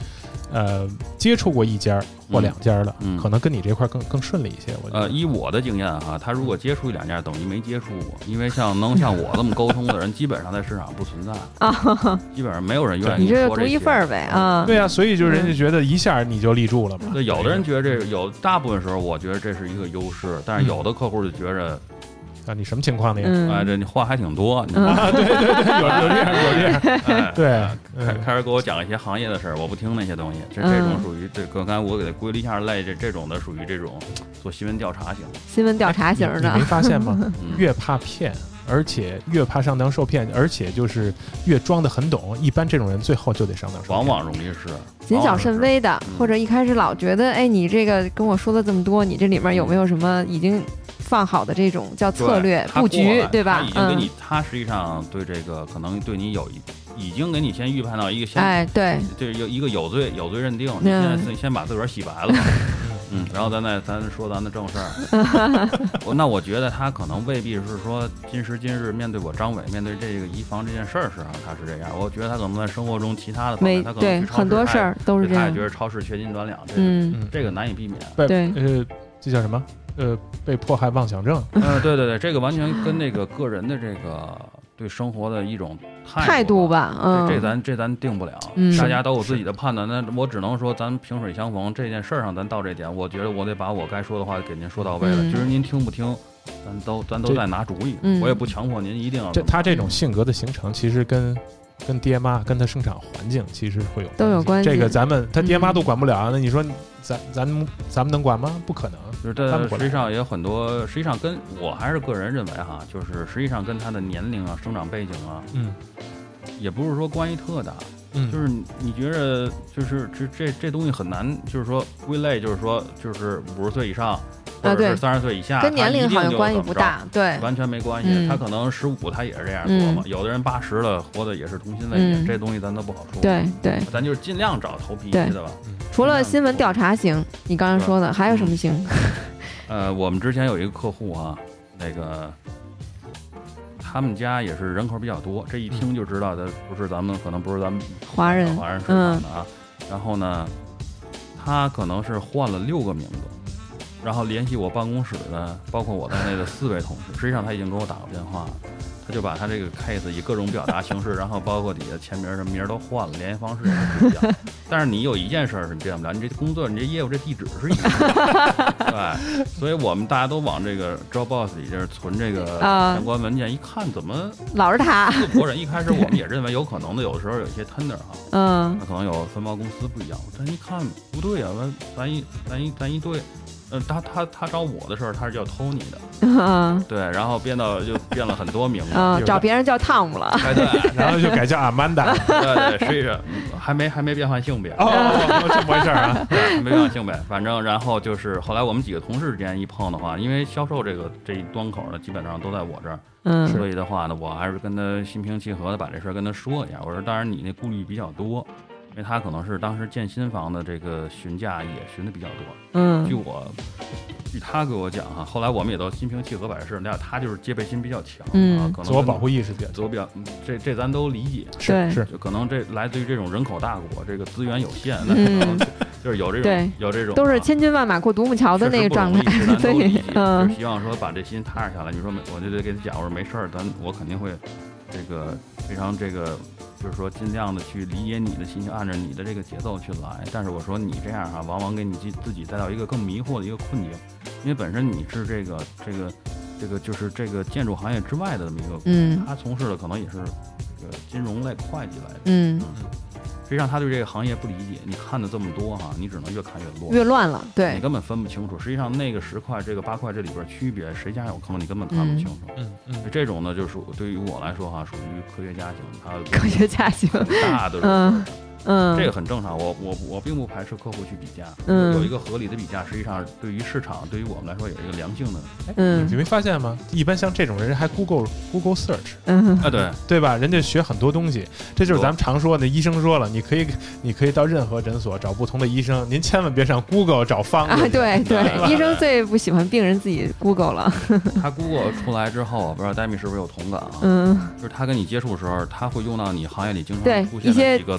B: 接触过一家或两家的，可能跟你这块更顺利一些。我觉得
C: 以我的经验哈，他如果接触一两家，等于没接触过，因为像我这么沟通的人，基本上在市场不存在啊，基本上没有人愿意说这些。
A: 你这独一份呗啊。
B: 对啊，所以就人家觉得一下你就立住了嘛。
C: 对，有的人觉得大部分时候我觉得这是一个优势，但是有的客户就觉着。
B: 你什么情况呢？
C: 这你话还挺多。
B: 对，有这样，对，
C: 开始给我讲一些行业的事儿，我不听那些东西。这种属于刚才我给他归了一下类，这种的属于这种做新闻调查型的。
B: 你没发现吗？越怕骗，而且越怕上当受骗，而且就是越装得很懂。一般这种人最后就得上当受骗，
C: 往往容易是
A: 谨小慎微的，或者一开始老觉得，你这个跟我说了这么多，你这里面有没有什么已经放好的这种叫策略布局，对吧？
C: 他已经给你，他实际上对这个可能对你已经给你先预判到一个
A: 对，
C: 这有一个有罪认定，你现在先把自个儿洗白了吧。然后咱说咱的正事儿。那我觉得他可能未必是说今时今日面对我张伟，面对这个移房这件事儿上他是这样。我觉得他可能在生活中其他的方面，他可能
A: 很多事儿都是这样。
C: 他也觉得超市缺斤短两，这个难以避免。
A: 对，
B: 这叫什么？被迫害妄想症。
C: 对，这个完全跟那个个人的这个对生活的一种
A: 态度吧。
C: 这咱定不了，大家都有自己的判断。那我只能说咱萍水相逢，这件事上咱到这点，我觉得我得把我该说的话给您说到位了。就是您听不听，咱都在拿主意，我也不强迫您一定要。
B: 他这种性格的形成，其实跟爹妈跟他生长环境其实会
A: 都有关系。
B: 这个他爹妈都管不了，那你说咱们能管吗？不可能。
C: 就是这实际上也有很多，实际上跟我还是个人认为哈，就是实际上跟他的年龄啊、生长背景啊，也不是说关系特大。就是你觉着就是这东西很难，就是说归类，就是说就是50岁以上。或者是30岁以下，
A: 跟年龄好像关系不大，对，
C: 完全没关系。他可能15，他也是这样琢磨。有的人80了，活的也是童心未泯，这东西咱都不好说。
A: 对，
C: 咱就是尽量找头皮的吧。
A: 除了新闻调查型，你刚才说的还有什么型？
C: 我们之前有一个客户啊，那个他们家也是人口比较多，这一听就知道的可能不是咱们华人市场的啊。然后呢，他可能是换了6个名字。然后联系我办公室的，包括我在内的4位同事，实际上他已经给我打过电话了，他就把他这个 case 以各种表达形式，然后包括底下签名什么名都换了，联系方式也是不一样。但是你有一件事是变不了，你这工作、你这业务、这地址是一样的，对。所以我们大家都往这个 Dropbox 里就是存这个相关文件，一看怎么
A: 老是他。
C: 自国人一开始我们也认为有可能的，有的时候有一些 tender 哈，那可能有分包公司不一样，但一看不对啊，咱一对。他找我的时候，他是叫 Tony 的，对，然后变了很多名字，
A: 找别人叫 Tom 了，
C: 对，
B: 然后就改叫 Amanda，
C: 对，实际上还没变换性别，
B: 这么回事啊，
C: 对，还没变换性别，反正然后就是后来我们几个同事之间一碰的话，因为销售这一端口呢，基本上都在我这儿，所以的话呢，我还是跟他心平气和的把这事跟他说一下，我说当然你那顾虑比较多。因为他可能是当时建新房的这个询价也询的比较多，据他给我讲哈，后来我们也都心平气和把这事，那他就是戒备心比较强，可能
B: 自我保护意识比
C: 较，这咱都理解，
B: 是，
C: 就可能这来自于这种人口大国，这个资源有限，就是有这种，
A: 都是千军万马过独木桥的那个状态，
C: 对，就是希望说把这心踏实下来。你说我就得给他讲，我说没事儿，我肯定会这个非常这个。就是说，尽量的去理解你的心情，按照你的这个节奏去来。但是我说你这样哈，往往给你自己带到一个更迷惑的一个困境，因为本身你是这个就是这个建筑行业之外的这么一个，他从事的可能也是这个金融类、会计类的，实际上他对这个行业不理解，你看的这么多哈，你只能越看
A: 越乱了，对，
C: 你根本分不清楚。实际上那个10块、这个8块这里边区别，谁家有坑你根本看不清楚。这种呢，就是对于我来说哈，属于科学家型，它
A: 科学家型
C: 大的这个很正常。我并不排斥客户去比价，有一个合理的比价，实际上对于市场，对于我们来说也是一个良性的。
B: 你没发现吗？一般像这种人还 Google Search，对吧？人家学很多东西，这就是咱们常说的。医生说了，你可以到任何诊所找不同的医生，您千万别上 Google 找方子。
A: 对，医生最不喜欢病人自己 Google 了。
C: 他 Google 出来之后，不知道戴米是不是有同感啊？就是他跟你接触的时候，他会用到你行业里经常出现的几个词。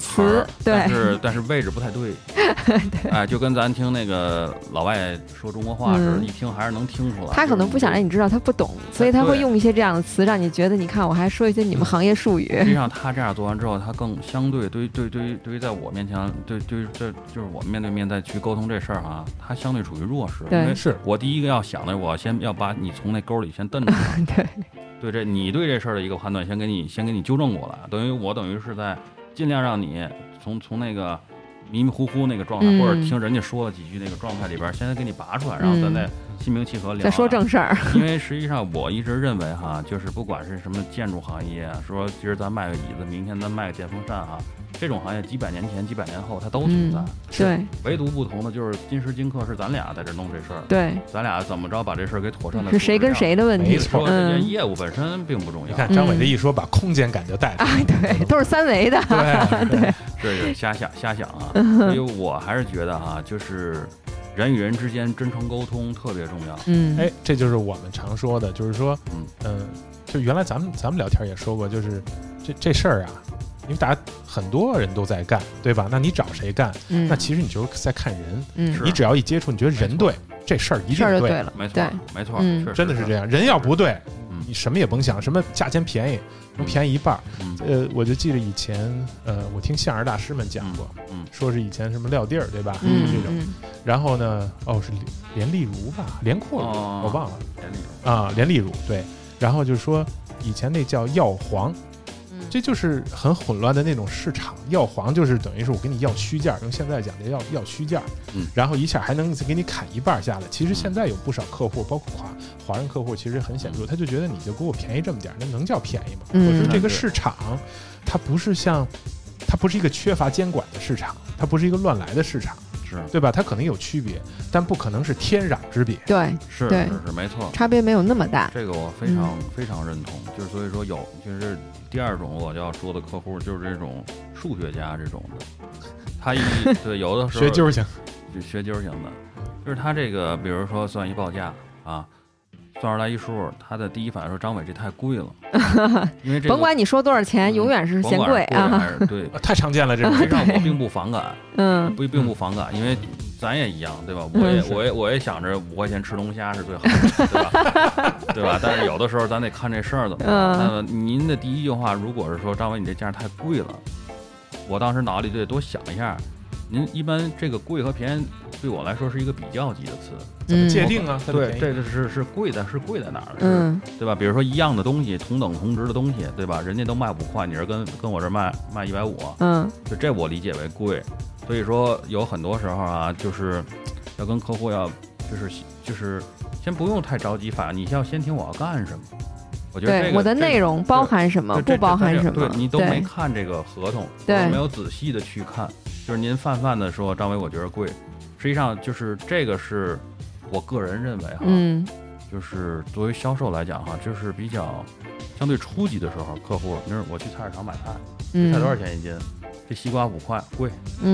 C: 但是位置不太对，哎，就跟咱听那个老外说中国话似的，一听还是能听出来。
A: 他可能不想让你知道他不懂，所以他会用一些这样的词，让你觉得你看我还说一些你们行业术语。
C: 实际上他这样做完之后，他更相对对于在我面前，对于这就是我们面对面再去沟通这事儿啊，他相对处于弱势。
A: 对，
C: 因为是我第一个要想的，我先要把你从那沟里先蹬出来。对，这你对这事儿的一个判断，先给你纠正过来，等于是在尽量让你从那个迷迷糊糊那个状态，或者听人家说了几句那个状态里边，先给你拔出来，然后咱再心平气和聊。
A: 再说正事儿。
C: 因为实际上我一直认为哈，就是不管是什么建筑行业啊，说今儿咱卖个椅子，明天咱卖个电风扇哈，这种行业几百年前、几百年后它都存在。
A: 对，
C: 唯独不同的就是今时今刻是咱俩在这弄这事儿。
A: 对，
C: 咱俩怎么着把这事儿给妥善的。
A: 是谁跟谁的问题？
B: 没错，
C: 这件业务本身并不重要。
B: 你看张伟这一说，把空间感就带出来。
A: 对，都是3维的。
B: 对，
C: 这是瞎想啊。所以我还是觉得哈，就是人与人之间真诚沟通特别重要。
B: 哎，这就是我们常说的，就是说，就原来咱们聊天也说过，就是这事儿啊，因为大家很多人都在干，对吧？那你找谁干？那其实你就是在看人。你只要一接触，你觉得人对，这事儿一定对
A: 了。
C: 没错，
B: 真的是这样。人要不对，你什么也甭想，什么价钱便宜，能便宜一半。我就记得以前，我听相声大师们讲过，说是以前什么撂地儿，对吧？这种。然后呢，是连丽如吧，连阔如，我忘了。连丽如对。然后就是说，以前那叫要黄。这就是很混乱的那种市场，要黄就是等于是我给你要虚价，用现在讲的要虚价，然后一下还能给你砍一半下来。其实现在有不少客户，包括华人客户，其实很显著，他就觉得你就给我便宜这么点，那能叫便宜吗？可是这个市场，它不是一个缺乏监管的市场，它不是一个乱来的市场。对吧？它可能有区别，但不可能是天壤之别。
A: 对，
C: 是没错，
A: 差别没有那么大。
C: 这个我非常认同。就是所以说就是第二种我要说的客户，就是这种数学家这种的，他对有的时候
B: 学究型，
C: 学究型的，就是他这个比如说算一报价啊。算出来一数，他的第一反应说：“张伟，这太贵了。”因为
A: 甭管你说多少钱，永远是嫌贵啊！
C: 对，
B: 太常见了这种。
C: 实际上我并不反感，并不反感，因为咱也一样，对吧？我也想着5块钱吃龙虾是最好的，对吧？对吧？但是有的时候咱得看这事儿怎么样。那么您的第一句话，如果是说张伟你这价太贵了，我当时脑里就得多想一下。您一般这个贵和便宜对我来说是一个比较级的词，
B: 怎么界定啊？
C: 对，这个是贵的，是贵在哪儿？对吧？比如说一样的东西，同等同值的东西，对吧？人家都卖5块，你是跟我这卖150，就这我理解为贵。所以说有很多时候啊，就是要跟客户就是先不用太着急反应，你要先听我要干什么。我觉得
A: 我的内容包含什么，不包含什么，
C: 对你都没看这个合同，
A: 对，
C: 没有仔细的去看。就是您泛的说张伟我觉得贵，实际上就是这个是我个人认为哈，就是作为销售来讲哈，就是比较相对初级的时候，客户就是我去菜市场买菜，菜多少钱一斤？这西瓜5块贵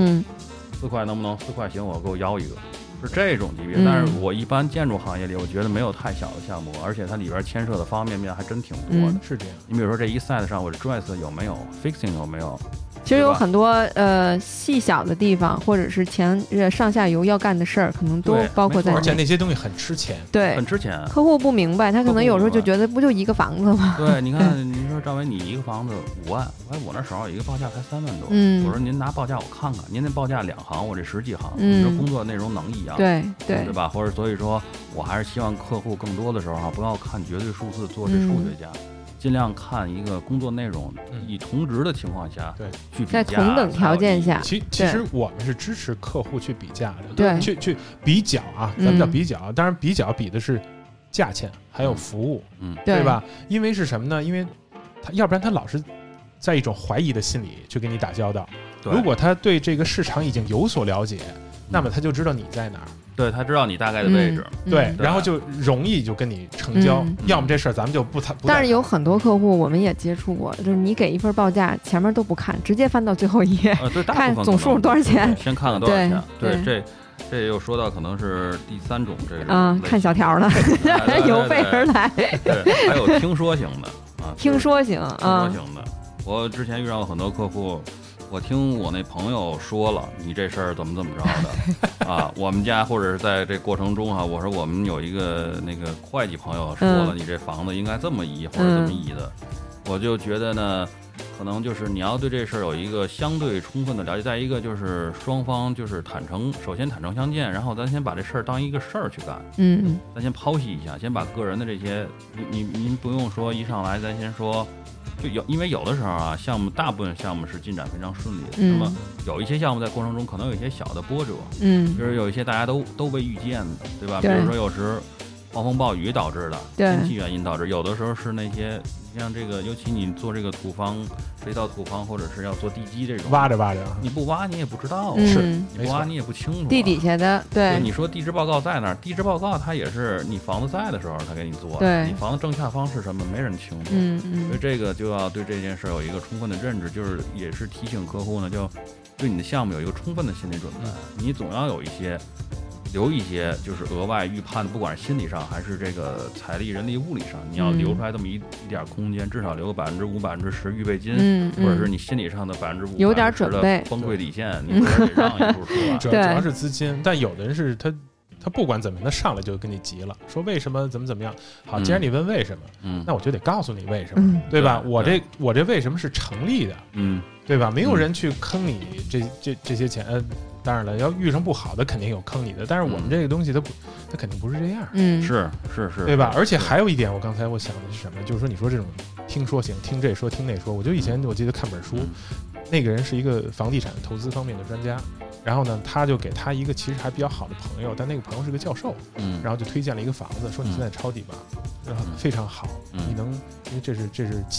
C: ，4块能不能？4块行，我给我要一个，是这种级别。但是我一般建筑行业里，我觉得没有太小的项目，而且它里边牵涉的方方面面还真挺多的。
B: 是这样。
C: 你比如说这一 site 上，我这 dress 有没有 fixing 有没有？
A: 其实有很多细小的地方，或者是上下游要干的事儿，可能都包括在内。
B: 而且那些东西很吃钱，
A: 对，
C: 很吃钱。
A: 客户不明白，他可能有时候就觉得不就一个房子吗？
C: 对，你看，你说张伟，你一个房子5万，我那时候有一个报价才3万多。我说您拿报价我看看，您那报价2行，我这10几行，你说工作内容能一样？
A: 对
C: 吧？或者所以说我还是希望客户更多的时候不要看绝对数字做这数学家。尽量看一个工作内容，以同值的情况下，去比价，
A: 在同等条件下，
B: 其实我们是支持客户去比价的，
A: 对，
B: 去比较啊，咱们叫比较，当然比较比的是价钱还有服务，对吧？因为是什么呢？因为要不然他老是在一种怀疑的心理去跟你打交道。如果他对这个市场已经有所了解，那么他就知道你在哪儿。
C: 对，他知道你大概的位置，
B: 对，然后就容易就跟你成交。要么这事儿咱们就不谈。
A: 但是有很多客户我们也接触过，就是你给一份报价，前面都不看，直接翻到最后一页，看总数多少钱，
C: 先看看多少钱。对，这又说到可能是第3种这
A: 种看小条的，有备而来。
C: 对，还有听说型的啊，
A: 听说型
C: 的。我之前遇到很多客户， 我听我那朋友说了，你这事儿怎么着的啊？我们家或者是在这过程中啊，我说我们有一个那个会计朋友说了，你这房子应该这么移或者这么移的，我就觉得呢。可能就是你要对这事儿有一个相对充分的了解，再一个就是双方就是首先坦诚相见，然后咱先把这事儿当一个事儿去干，咱先剖析一下，先把个人的这些，您不用说一上来咱先说，因为有的时候啊，项目大部分项目是进展非常顺利的，那么有一些项目在过程中可能有一些小的波折，就是有一些大家都未预见的，对吧？比如说有时狂风暴雨导致的，天气原因导致，有的时候是那些。像这个，尤其你做这个土方，水稻土方，或者是要做地基这种，
B: 挖着，
C: 你不挖你也不知道，
B: 是
C: 你不挖你也不清楚，
A: 地底下的，对，
C: 你说地质报告在那儿，地质报告它也是你房子在的时候他给你做，
A: 对，
C: 你房子正下方是什么没人清楚，所以这个就要对这件事有一个充分的认知，就是也是提醒客户呢，就对你的项目有一个充分的心理准备，你总要有留一些就是额外预判的，不管是心理上还是这个财力、人力、物力上，你要留出来这么一点空间，至少留个5%、10%预备金，或者是你心理上的5%
A: 有点准备
C: 崩溃底线，你得让一步出来。
B: 主要是资金，但有的人是他不管怎么样，他上来就跟你急了，说为什么怎么样。好，既然你问为什么，那我就得告诉你为什么，对吧？我这为什么是成立的，对吧？没有人去坑你这些钱。当然了，要遇上不好的肯定有坑你的，但是我们这个东西它肯定不是这样，
C: 是，
B: 对吧？而且还有一点，我想的是什么？就是说，你说这种听说型，听这说听那说，我就以前我记得看本书，那个人是一个房地产投资方面的专家，然后呢，他就给他一个其实还比较好的朋友，但那个朋友是个教授，然后就推荐了一个房子，说你现在抄底吧，非常好，你能，因为这是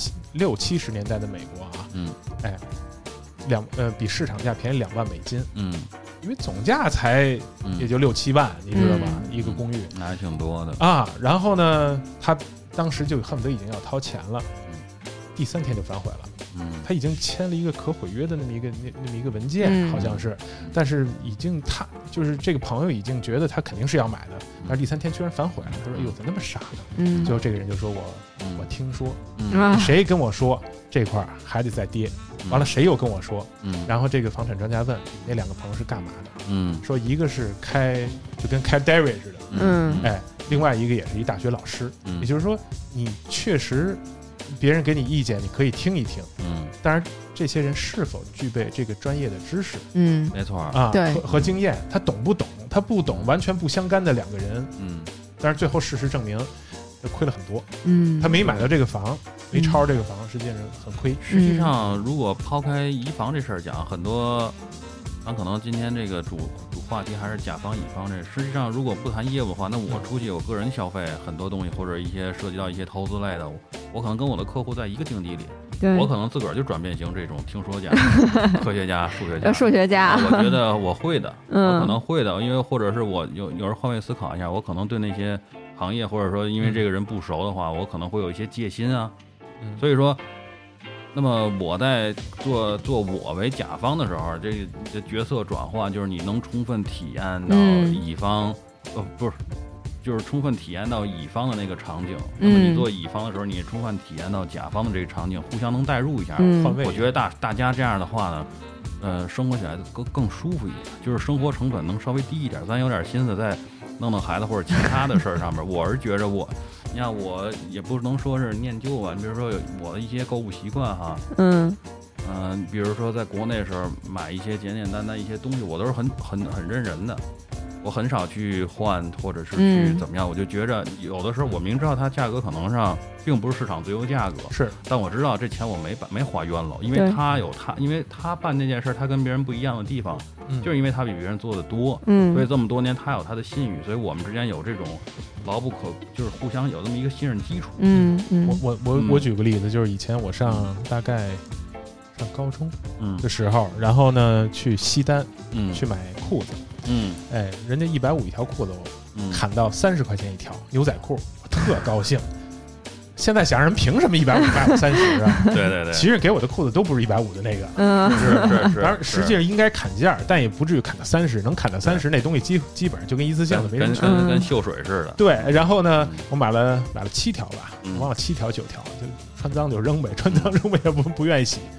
B: 60、70年代的美国啊，比市场价便宜2万美金，因为总价才也就6、7万，你知道吧？一个公寓
C: 那还挺多的
B: 啊。然后呢，他当时就恨不得已经要掏钱了，第3天就反悔了。他已经签了一个可毁约的那么一个文件，好像是，但是他就是这个朋友已经觉得他肯定是要买的，但是第3天居然反悔了。他说：“哎呦，怎么那么傻呢？”最后这个人就说：“我听说，谁跟我说这块还得再跌？完了谁又跟我说？然后这个房产专家问那2个朋友是干嘛的？说一个是就跟开 dairy 似的，另外一个也是一大学老师。也就是说，你确实。”别人给你意见，你可以听一听。当然，这些人是否具备这个专业的知识？
C: 没错
B: 啊，对，和经验，他懂不懂？他不懂，完全不相干的2个人。但是最后事实证明，亏了很多。他没买到这个房，没抄这个房，实际上很亏。
C: 实际上，如果抛开移房这事儿讲，很多，咱可能今天这个主话题还是甲方乙方这。实际上，如果不谈业务的话，那我出去我个人消费很多东西，或者一些涉及到一些投资类的，我可能跟我的客户在一个境地里，我可能自个儿就转变型这种听说家、科学家、
A: 数学家。
C: 我觉得我会的，我可能会的，因为或者是我有时候换位思考一下，我可能对那些行业，或者说因为这个人不熟的话，我可能会有一些戒心啊。所以说。那么我在做我为甲方的时候，这角色转换就是你能充分体验到乙方，就是充分体验到乙方的那个场景。那么你做乙方的时候，你充分体验到甲方的这个场景，互相能代入一下。我觉得大家这样的话呢，生活起来更舒服一点，就是生活成本能稍微低一点，咱有点心思在弄孩子或者其他的事儿上面。我是觉着你看我也不能说是念旧吧，你比如说我的一些购物习惯哈，比如说在国内的时候买一些简单的一些东西，我都是很认人的，我很少去换或者是去怎么样，我就觉着有的时候我明知道它价格可能上并不是市场最优价格，
B: 是，
C: 但我知道这钱我没花冤了，因为他办那件事，他跟别人不一样的地方，就是因为他比别人做的多，所以这么多年他有他的信誉，所以我们之间有这种牢不可，就是互相有这么一个信任基础。
B: 我举个例子，就是以前我大概上高中的时候，然后呢去西单去买裤子，人家150一条裤子，我砍到30块钱一条牛仔裤，我特高兴。现在想人凭什么150卖我30啊？
C: 对，
B: 其实给我的裤子都不是150的那个，
C: 是。
B: 当然实际上应该砍价，但也不至于砍到30，能砍到30那东西基本上就跟一次性的没什么区别，
C: 跟秀水似的。
B: 对，然后呢，我买了7条吧，我忘了7条9条，就穿脏就扔呗，穿脏扔呗也不愿意洗。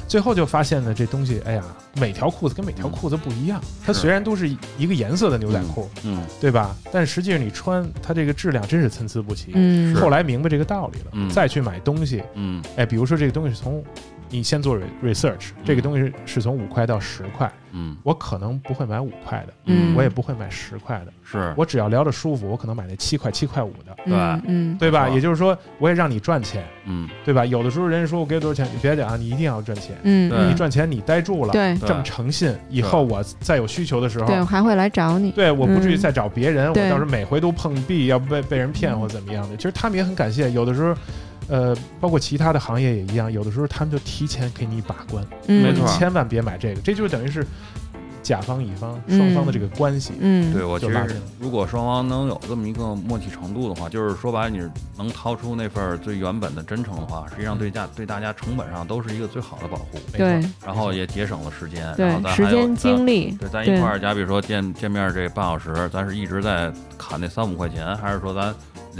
B: 最后就发现呢，这东西，哎呀，每条裤子跟每条裤子不一样。它虽然都是一个颜色的牛仔裤，对吧？但实际上你穿它这个质量真是参差不齐。后来明白这个道理了，再去买东西，比如说这个东西是从你先做 research， 这个东西是从5块到10块，我可能不会买5块的，我也不会买10块的，
C: 是
B: 我只要聊着舒服，我可能买那7块、7块5的，
C: 对，
B: 对吧？也就是说，我也让你赚钱，对吧？有的时候人家说我给多少钱，你别讲，你一定要赚钱，你赚钱你待住了，这么诚信，以后我再有需求的时候，
A: 对，我还会来找你，
B: 对，我不至于再找别人，我到时候每回都碰壁，要被人骗或怎么样的。其实他们也很感谢，有的时候。包括其他的行业也一样，有的时候他们就提前给你把关，
C: 没错，
B: 千万别买这个，这就等于是甲方乙方双方的这个关系。
C: 对，我觉得如果双方能有这么一个默契程度的话，就是说白了，你能掏出那份最原本的真诚的话，实际上对大家成本上都是一个最好的保护。
A: 对，
C: 然后也节省了时间，
A: 对，
C: 然后
A: 时间精力。
C: 对，咱一块儿，假比如说见面这半小时，咱是一直在砍那3-5块钱，还是说咱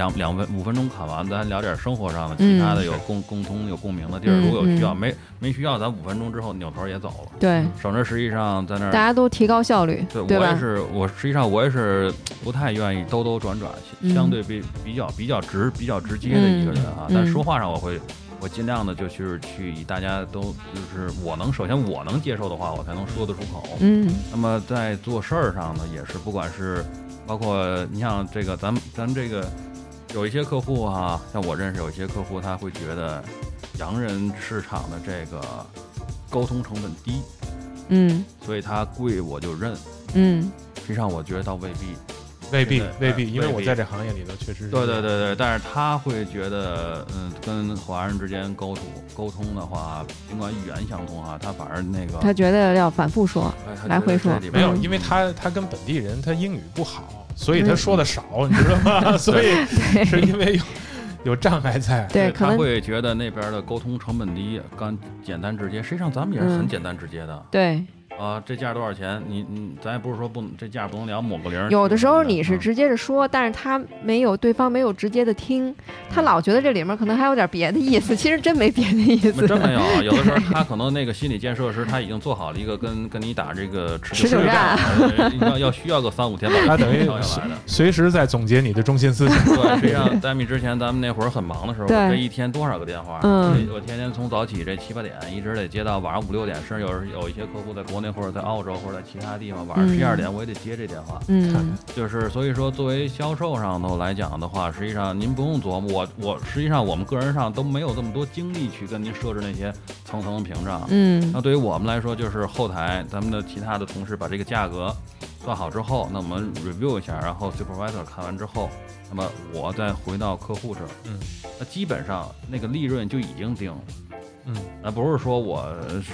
C: 5分钟砍完，咱聊点生活上的，其他的有共同有共鸣的地儿，如果有需要，没需要，咱5分钟之后扭头也走了。
A: 对，
C: 省着实际上在那儿
A: 大家都提高效率。
C: 对，
A: 对
C: 我实际上我也是不太愿意兜兜转转，相对比较直接的一个人啊。但说话上我尽量的就是去以大家都就是首先我能接受的话，我才能说得出口。那么在做事儿上呢，也是不管是包括你像这个咱这个。有一些客户啊，像我认识有一些客户，他会觉得洋人市场的这个沟通成本低，所以他贵我就认，实际上我觉得倒未必，
B: 因为我在这行业里头确实是
C: 对，但是他会觉得，跟华人之间沟通的话，尽管语言相通啊，他反而那个
A: 他觉得要反复说，来回说，
B: 没有，因为他跟本地人他英语不好。所以他说的少，你知道吗？所以是因为有障碍在。
A: 对，
C: 他会觉得那边的沟通成本低，刚简单直接。实际上咱们也是很简单直接的。
A: 对。
C: 这价多少钱？咱也不是说这价不能聊抹个零。
A: 有的时候你是直接的说，但是对方没有直接的听，他老觉得这里面可能还有点别的意思，其实真没别的意思。
C: 真没有，有的时候他可能那个心理建设时，他已经做好了一个跟你打这个持久战，需要个3-5天把
B: 他等于随时在总结你的中心思想。
C: 对，实际上Demi之前咱们那会儿很忙的时候，这一天多少个电话？我天天从早起这7-8点一直得接到晚上5-6点，甚至有一些客户在国内或者在澳洲或者在其他地方，晚上12点我也得接这电话。就是所以说，作为销售上头来讲的话，实际上您不用琢磨，我实际上我们个人上都没有这么多精力去跟您设置那些层层屏障。那对于我们来说，就是后台咱们的其他的同事把这个价格算好之后，那我们 review 一下，然后 supervisor 看完之后，那么我再回到客户这儿，那基本上那个利润就已经定了。那不是说我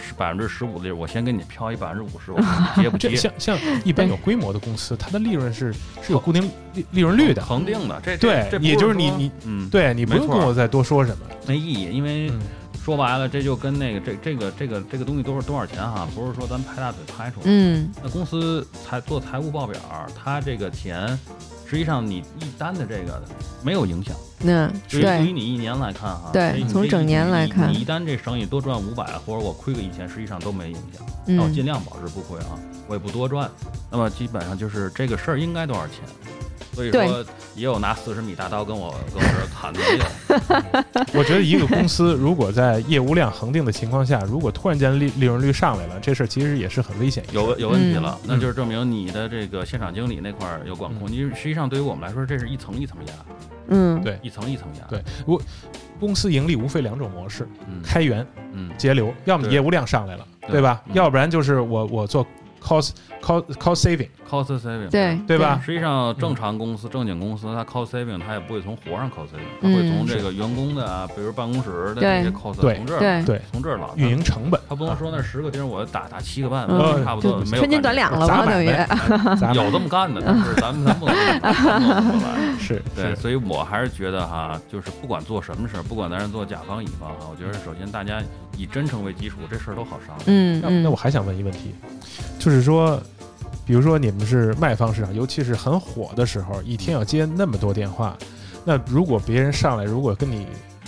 C: 15%的利润，我先给你飘一50%，我接不接？
B: 像一般有规模的公司，它的利润是有固定利润率的，
C: 恒定的。
B: 对，也就是你对你不用跟我再多说什么，
C: 没意义，因为说白了，这就跟那个这个东西都是多少钱哈，不是说咱拍大腿拍出来。那公司做财务报表，它这个钱。实际上，你一单的这个没有影响。对于你一年来看哈，
A: 对，从整年来看，
C: 你一单这生意多赚500，或者我亏个1000，实际上都没影响。那我尽量保持不亏啊，我也不多赚。那么基本上就是这个事儿应该多少钱？所以说也有拿40米大刀跟我这砍的也有。
B: 我觉得一个公司如果在业务量恒定的情况下，如果突然间利润率上来了，这事儿其实也是很危险，
C: 有问题了。那就是证明你的这个现场经理那块有管控。你实际上对于我们来说，这是一层一层压。
B: 对，
C: 一层一层压。
B: 对，公司盈利无非2种模式：开源、节流。要么业务量上来了，对吧？要不然就是我做。cost saving，
A: 对
B: 吧？
C: 实际上，正常公司、正经公司，它 cost saving， 它也不会从活上 cost saving， 它会从这个员工的啊，比如办公室的这些 cost， 从这儿老
B: 运营成本。
C: 他不能说那10个钉我打7个半，差不多没有
A: 春斤短两了吧？等于
C: 有这么干的，但是咱们不能来。
B: 是，
C: 对，所以我还是觉得哈，就是不管做什么事儿，不管咱是做甲方乙方哈，我觉得首先大家以真诚为基础，这事儿都好商
B: 量。那我还想问一个问题，就是说，比如说你们是卖方市场，尤其是很火的时候，一天要接那么多电话，那如果别人上来，如果跟你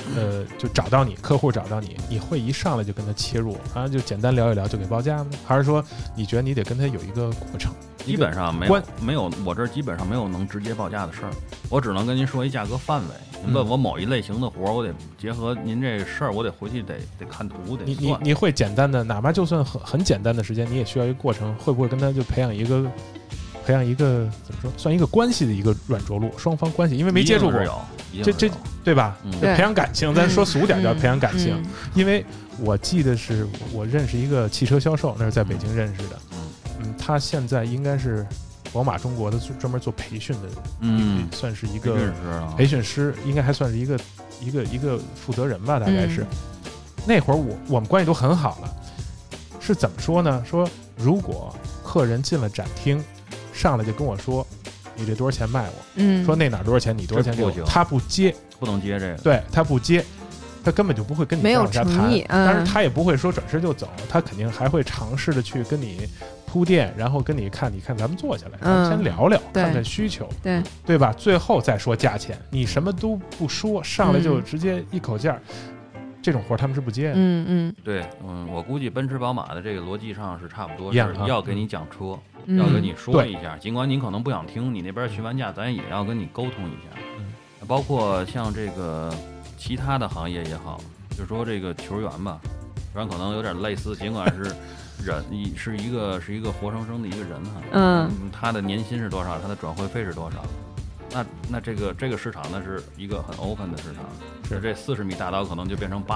B: 就找到你，客户找到你，你会一上来就跟他切入，然后就简单聊一聊就给报价吗？还是说你觉得你得跟他有一个过程？
C: 基本上没有，我这儿基本上没有能直接报价的事儿，我只能跟您说一价格范围。您问我某一类型的活，我得结合您这事儿，我得回去得看图，得算。
B: 你会简单的，哪怕就算很简单的时间，你也需要一个过程，会不会跟他就培养一个怎么说，算一个关系的一个软着陆，双方关系，因为没接触过，这对吧？培养感情，咱说俗点叫培养感情。因为我记得是我认识一个汽车销售，那是在北京认识的。他现在应该是宝马中国的专门做培训的，算是一个培训师，应该还算是一个负责人吧，大概是。那会儿我们关系都很好了，是怎么说呢？说如果客人进了展厅，上来就跟我说你这多少钱卖我，说那哪多少钱你多少钱给我，他不接，
C: 不能接这个，
B: 对他不接，他根本就不会跟你往下谈，但是他也不会说转身就走，他肯定还会尝试的去跟你铺垫，然后跟你看咱们坐下来，咱们先聊聊，看看需求，对吧？最后再说价钱，你什么都不说，上来就直接一口价，这种活他们是不接的。
C: 对，我估计奔驰宝马的这个逻辑上是差不多，是要给你讲车，要跟你说一下，尽管你可能不想听，你那边询完价，咱也要跟你沟通一下。包括像这个其他的行业也好，就是说这个球员吧，球员可能有点类似，尽管是人，是一个活生生的一个人哈，他的年薪是多少，他的转会费是多少？那这个市场那是一个很 open 的市场，是这40米大刀可能就变成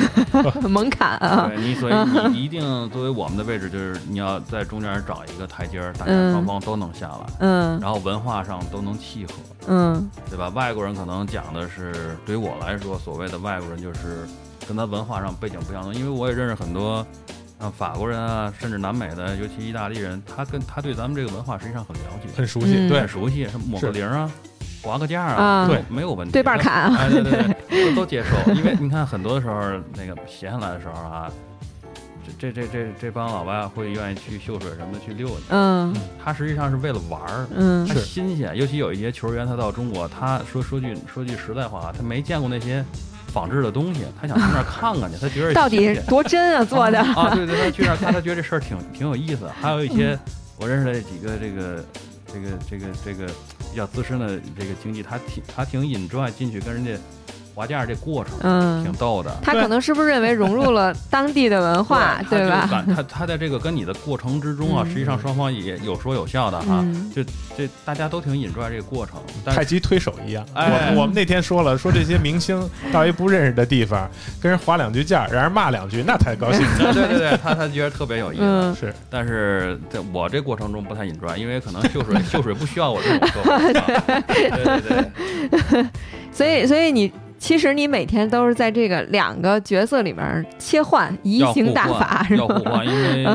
C: 80米
A: 门槛啊。
C: 对，所以你一定作为我们的位置，就是你要在中间找一个台阶，大家双方都能下来，然后文化上都能契合，对吧？外国人可能讲的是，对于我来说，所谓的外国人就是跟他文化上背景不一样的，因为我也认识很多。法国人啊，甚至南美的，尤其意大利人，他对咱们这个文化实际上很了解，
B: 很熟悉，对，
C: 很熟悉，什么抹个零啊，划个价啊，对，没有问题，
A: 对半砍啊，
C: 对，都接受。因为你看，很多的时候，那个闲下来的时候啊，这帮老外会愿意去秀水什么的去溜达，他实际上是为了玩儿，他新鲜。尤其有一些球员，他到中国，他说句实在话，他没见过那些仿制的东西，他想去那儿看看去，他觉得
A: 到底多真啊做的
C: 啊，对，他去那儿看，他觉得这事儿挺有意思。还有一些我认识的几个这个比较资深的这个经济，他挺enjoy进去跟人家划价这过程，挺逗的。
A: 他可能是不是认为融入了当地的文化，对吧？
C: 他在这个跟你的过程之中啊，实际上双方也有说有笑的哈，就这大家都挺enjoy这个过程，
B: 太极推手一样。我们那天说这些明星到一不认识的地方，跟人划两句价，让人骂两句，那太高兴了。
C: 对，他觉得特别有意思。
B: 是，
C: 但是在我这过程中不太enjoy，因为可能秀水不需要我这种说法。对。
A: 所以你。其实你每天都是在这个2个角色里面切换，移形打法，
C: 要互换，因为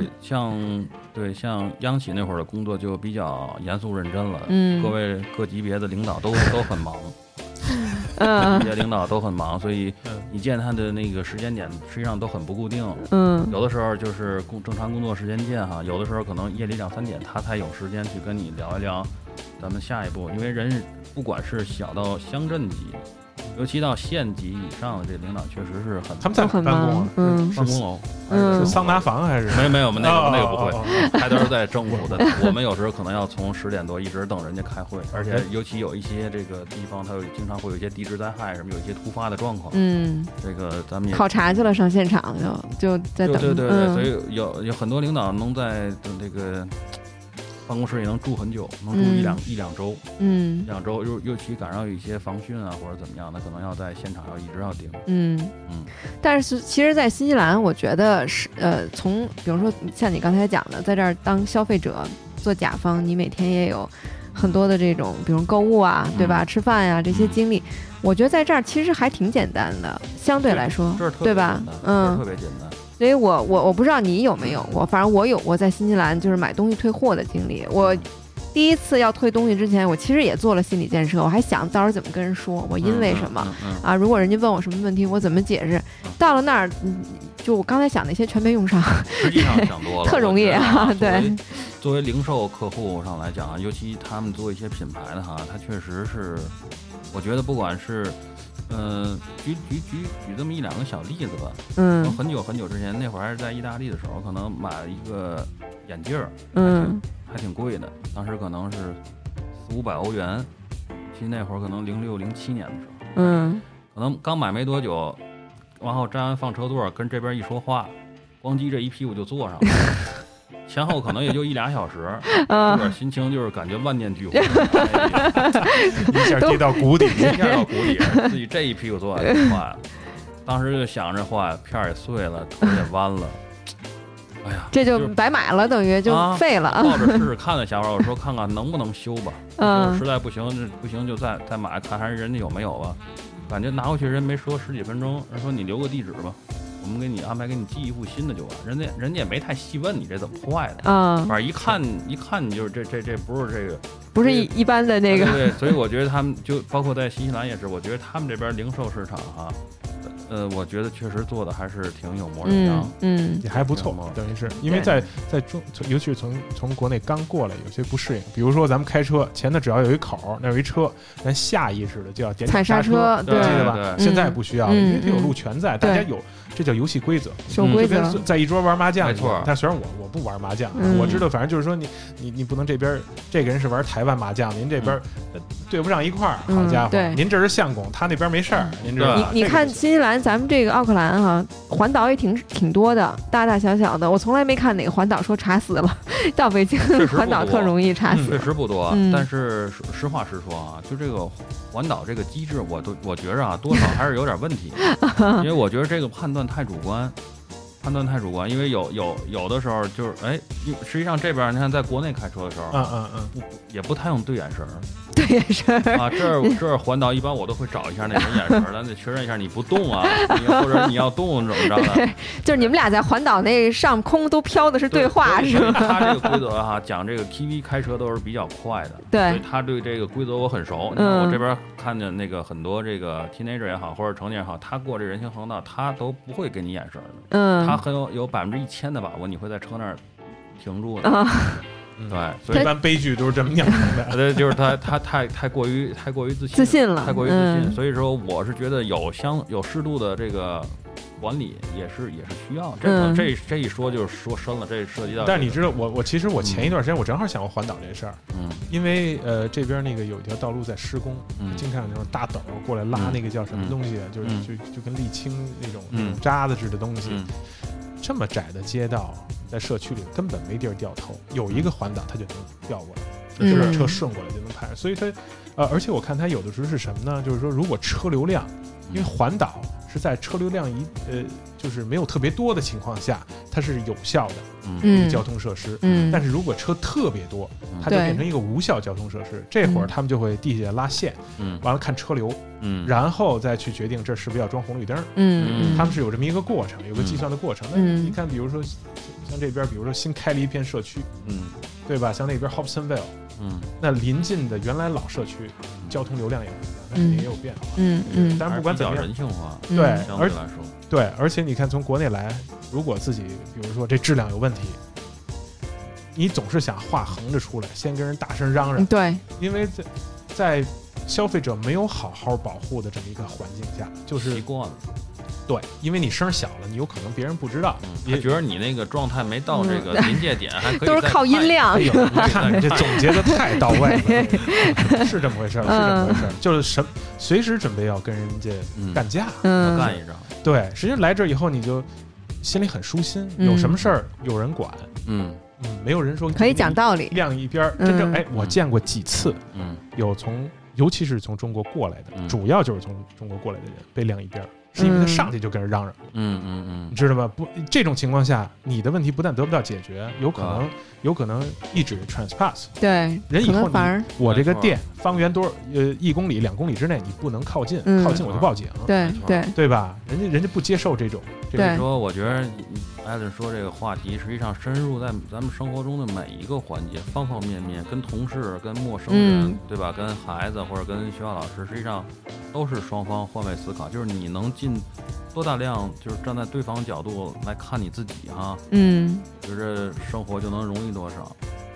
C: 像央企那会儿的工作就比较严肃认真了，各位各级别的领导都很忙，级别领导都很忙，所以你见他的那个时间点实际上都很不固定，有的时候就是正常工作时间见哈，有的时候可能夜里2、3点他才有时间去跟你聊一聊咱们下一步，因为人不管是小到乡镇级。尤其到县级以上的这领导，确实是
B: 他们在办公，
C: 办公楼，
B: 是桑拿房还是？
C: 没有，我们那个不会，还都是在政府的。我们有时候可能要从10点多一直等人家开会，而且尤其有一些这个地方，它经常会有一些地质灾害什么，有一些突发的状况。这个咱们也
A: 考察去了，上现场就在等。
C: 对，所以有很多领导能在这个。办公室也能住很久，能住一两周，1-2周，尤其赶上有一些防汛啊或者怎么样的，可能要在现场一直要盯。
A: 但是其实，在新西兰，我觉得是从比如说像你刚才讲的，在这儿当消费者做甲方，你每天也有很多的这种，比如购物啊，对吧？吃饭呀这些经历，我觉得在这儿其实还挺简单的，相对来说，对吧？
C: 特别简单。
A: 所以我不知道你有没有，反正我有，我在新西兰就是买东西退货的经历。我第一次要退东西之前，我其实也做了心理建设，我还想到时候怎么跟人说，我因为什么啊？如果人家问我什么问题，我怎么解释？到了那儿，就我刚才想那些全没用上。
C: 实际上想多了，
A: 特容易啊！对，
C: 作为零售客户上来讲，尤其他们做一些品牌的哈，它确实是，我觉得不管是举这么1-2个小例子吧。很久很久之前，那会儿还是在意大利的时候，可能买了一个眼镜儿，还挺贵的，当时可能是400-500欧元。其实那会儿可能06、07年的时候，可能刚买没多久，然后站完放车座，跟这边一说话，咣叽这一屁股就坐上了。前后可能也就1-2小时，有点心情就是感觉万念俱灰，
B: 一下跌到谷底，
C: 自己这一屁股坐下就坏了。当时就想着坏，片儿也碎了，腿也弯了，哎呀，
A: 这就白买了，等于就废了。
C: 抱着试试看的想法，我说看看能不能修吧。实在不行就再买，看还是人家有没有吧。感觉拿回去人没说10几分钟，人说你留个地址吧。我们给你安排，给你寄一副新的就完。人家也没太细问你这怎么坏的，反正一看你就是这不是这个，
A: 不是一般的那个。
C: 对，所以我觉得他们就包括在新西兰也是，我觉得他们这边零售市场哈，我觉得确实做的还是挺有模有样，
B: 也还不错。等于是因为在中，尤其是从国内刚过来，有些不适应。比如说咱们开车前头只要有一口，那有一车，咱下意识的就要点
A: 踩刹
B: 车，
A: 对，
B: 记得吧？现在不需要了，因为它有路权在，大家有。这叫游戏规则，
A: 守规则。
B: 在一桌玩麻将，
C: 没错。
B: 但虽然我不玩麻将，我知道，反正就是说你不能这边这个人是玩台湾麻将，您这边对不上一块儿，好家伙，您这是相公，他那边没事儿，您知道吧？
A: 你看新西兰，咱们这个奥克兰哈，环岛也挺多的，大大小小的，我从来没看哪个环岛说查死了，到北京环岛特容易查死，
C: 确实不多。但是实话实说啊，就这个环岛这个机制，我觉着啊，多少还是有点问题，因为我觉得这个判断太主观，因为有的时候就是实际上这边你看在国内开车的时候，也不太用对眼神。
A: 对眼神
C: 啊，这儿环岛一般我都会找一下那人眼神，咱得确认一下你不动啊，或者你要动怎么着的？
A: 就是你们俩在环岛那上空都飘的是对话，是吧？
C: 他这个规则哈，讲这个 TV 开车都是比较快的，
A: 对，
C: 所以他对这个规则我很熟。我这边看见那个很多这个 teenager 也好，或者成年也好，他过这人行横道，他都不会给你眼神的，他很有1000%的把握，你会在车那儿停住的。对，所以
B: 一般悲剧都是这么酿成的。
C: 对，就是他太过于自信了，太过于自信。所以说，我是觉得有适度的这个管理也是需要。这一说就是说深了，这涉及到。
B: 但是你知道，我其实前一段时间我正好想过环岛这事儿，因为这边那个有一条道路在施工，经常有那种大斗过来拉那个叫什么东西，就是就跟沥青那种渣子似的东西。这么窄的街道，在社区里根本没地儿掉头，有一个环岛它就能掉过来，就是车顺过来就能拍。所以它，而且我看它有的时候是什么呢？就是说，如果车流量，因为环岛是在车流量就是没有特别多的情况下，它是有效的一个交通设施。但是如果车特别多，它就变成一个无效交通设施。这会儿他们就会地下拉线，完了看车流，然后再去决定这是不是要装红绿灯。他们是有这么一个过程，有个计算的过程。那你看，比如说像这边，比如说新开了一片社区，对吧？像那边 Hobsonville，那临近的原来老社区，交通流量也不一样，它肯定也有变化。但是不管怎么样，
C: 人性化，
B: 对，而且你看从国内来，如果自己比如说这质量有问题，你总是想话横着出来，先跟人大声嚷嚷。
A: 对，
B: 因为在消费者没有好好保护的这么一个环境下，就是
C: 习惯了。
B: 对，因为你声小了，你有可能别人不知道，
C: 也觉得你那个状态没到这个临界点，还可以
A: 都是靠音量。
B: 哎呦，你看你这总结的太到位了，是这么回事，就是随时准备要跟人家干架，
C: 干一仗。
B: 对，实际上来这以后你就心里很舒心，有什么事儿有人管，没有人说
A: 可以讲道理，
B: 晾一边。真正我见过几次，尤其是从中国过来的，主要就是从中国过来的人被晾一边。是因为他上去就跟人嚷嚷，你知道吧？不，这种情况下，你的问题不但得不到解决，有可能一纸 transpass，
A: 对，
B: 人以后我这个店方圆1公里、2公里之内你不能靠近，靠近我就报警，对吧？人家不接受这种。
C: 所以说，我觉得艾伦说这个话题实际上深入在咱们生活中的每一个环节，方方面面，跟同事、跟陌生人，对吧？跟孩子或者跟学校老师，实际上都是双方换位思考，就是你能尽多大量，就是站在对方角度来看你自己哈，觉得生活就能容易多少。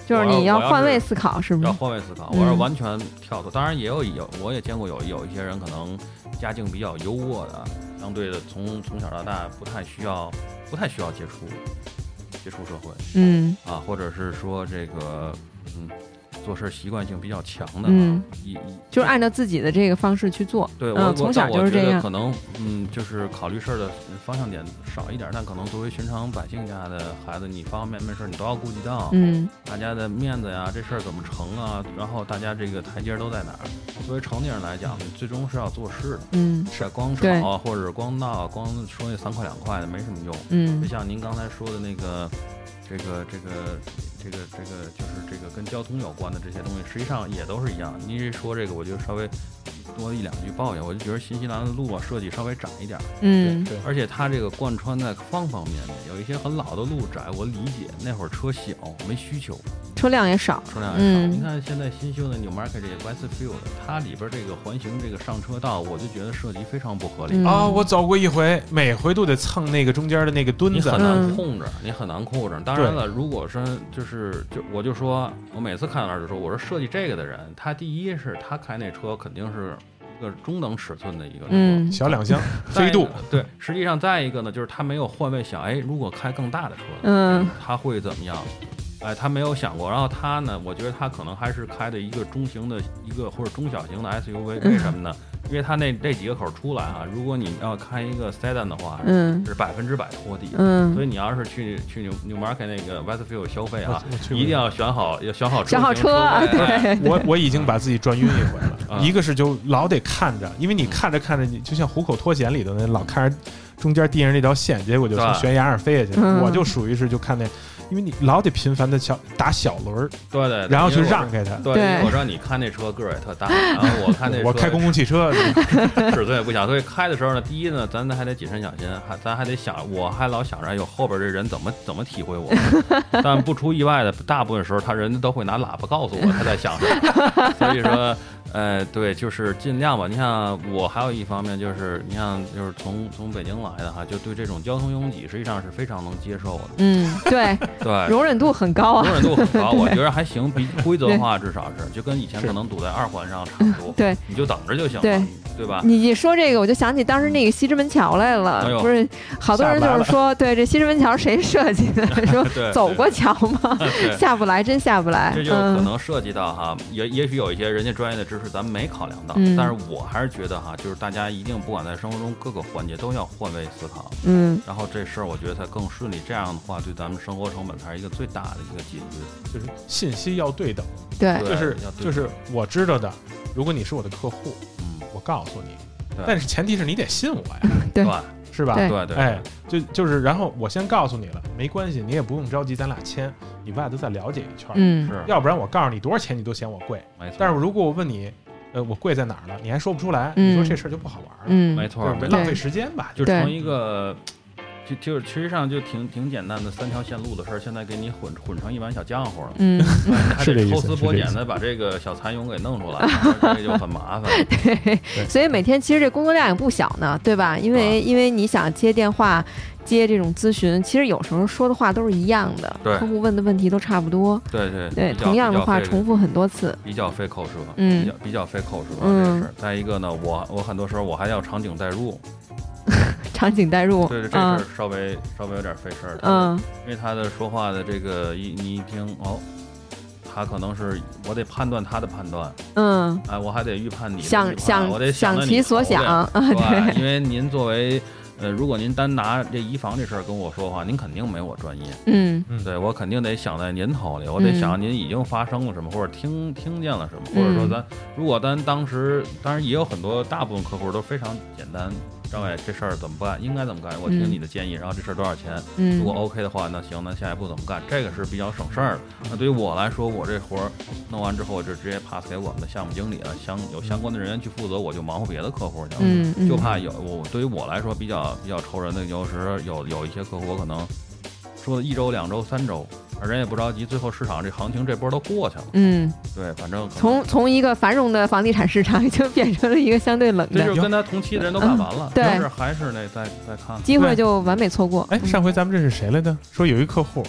A: 就是你要换位思考，是不是？
C: 要换位思考，我是完全跳脱。当然我也见过有一些人可能家境比较优渥的，相对的从小到大不太需要接触社会，或者是说这个做事习惯性比较强的，
A: 就是按照自己的这个方式去做。
C: 对，我
A: 从小就是这样。
C: 可能就是考虑事儿的方向点少一点，但可能作为寻常百姓家的孩子，你方方面面事儿你都要顾及到。大家的面子呀，这事儿怎么成啊？然后大家这个台阶都在哪儿？作为成年人来讲，你最终是要做事的。是光吵或者光闹，光说那3块2块的没什么用。就像您刚才说的那个，这个就是这个跟交通有关的这些东西，实际上也都是一样。你一说这个，我就稍微多1-2句抱怨，我就觉得新西兰的路啊设计稍微窄一点，
B: 对，
C: 而且它这个贯穿在方方面面，有一些很老的路窄，我理解那会儿车小没需求，
A: 车辆也少。
C: 你看现在新修的 Newmarket 这个 Westfield， 它里边这个环形这个上车道，我就觉得设计非常不合理
B: 我走过一回，每回都得蹭那个中间的那个墩子，
C: 你很难控制，当然了，如果是我就说，我每次看到那儿就说，我说设计这个的人，他第一是他开那车肯定是一个中等尺寸的一个车，
B: 小2厢飞度。
C: 对，实际上再一个呢，就是他没有换位想，如果开更大的车，他会怎么样？他没有想过。然后他呢，我觉得他可能还是开的一个中型的一个或者中小型的 SUV，为什么呢？因为他这几个口出来如果你要开一个 sedan 的话，是100%拖地，所以你要是去 Newmarket 那个 Westfield 消费一定要选好车。
A: 对，
B: 我已经把自己转晕一回了。一个是就老得看着，因为你看着你就像虎口脱险里头那老看着中间地上那条线，结果就从悬崖上飞下去。我就属于是就看那。因为你老得频繁的打小轮，
C: 对，
B: 然后去让开它。
C: 对，我知道你看那车个儿也特大，然后我看那车
B: 我开公共汽车
C: 尺寸也不小，所以开的时候呢，第一呢，咱还得谨慎小心，咱还得想，我还老想着，后边这人怎么体会我。但不出意外的，大部分时候他人都会拿喇叭告诉我他在想什么。所以说，对，就是尽量吧。你像我还有一方面就是，你像就是从北京来的就对这种交通拥挤实际上是非常能接受的。对，
A: 容忍度很高
C: 容忍度很高，我觉得还行，比规则化至少是就跟以前可能堵在2环上差不多。
A: 对，
C: 你就等着就行了，对吧？
A: 你说这个，我就想起当时那个西直门桥来了，不是好多人就是说，对，这西直门桥谁设计的？说走过桥吗？下不来，真下不来。
C: 这就可能涉及到也许有一些人家专业的知识咱们没考量到，但是我还是觉得就是大家一定不管在生活中各个环节都要换位思考，然后这事儿我觉得才更顺利。这样的话，对咱们生活成本才是一个最大的一个解决，
B: 就是信息要对等。
A: 对，
B: 就是我知道的，如果你是我的客户，我告诉你，但是前提是你得信我呀，
A: 对，
B: 是吧？
C: 对，
B: 就是然后我先告诉你了，没关系，你也不用着急，咱俩签，你外头再了解一圈，
C: 是，
B: 要不然我告诉你多少钱，你都嫌我贵，
C: 没错。
B: 但是如果我问你，我贵在哪儿了，你还说不出来，你说这事儿就不好玩了，
C: 没错，
B: 浪费时间吧，
C: 就成一个。就是其实上就挺简单的3条线路的事儿，现在给你混成一碗小浆糊了，还得抽丝剥茧的把这个小蚕蛹给弄出来，这就很麻烦。
A: 对，所以每天其实这工作量也不小呢，对吧？因为你想接电话、接这种咨询，其实有时候说的话都是一样的，客户问的问题都差不多，
C: 对，
A: 同样的话重复很多次，
C: 比较费口舌，比较费口舌这事。再一个呢，我很多时候我还要场景代入。
A: 场景代入，
C: 对，这事儿稍微有点费事儿，因为他的说话的这个你一听他可能是我得判断他的判断，我还得预判你的我得
A: 想其所想，
C: 对，因为您作为如果您单拿这移房这事儿跟我说的话，您肯定没我专业，对，我肯定得想在您头里，我得想您已经发生了什么，或者听见了什么，或者说如果当时当然也有很多大部分客户都非常简单。张伟，这事儿怎么办？应该怎么干？我听你的建议，然后这事儿多少钱？如果 OK 的话，那行，那下一步怎么干？这个是比较省事儿的。那对于我来说，我这活儿弄完之后，我就直接 pass 给我们的项目经理了，有相关的人员去负责，我就忙活别的客户去了。就怕对于我来说比较愁人的，有时有一些客户，我可能说1周、2周、3周。人也不着急，最后市场这行情这波都过去了。对，反正
A: 从一个繁荣的房地产市场，已经变成了一个相对冷的。
C: 这就是跟他同期的人都干完了，
A: 对，
C: 但是还是再看
A: 机会就完美错过。
B: 上回咱们认识谁来的？说有一客户，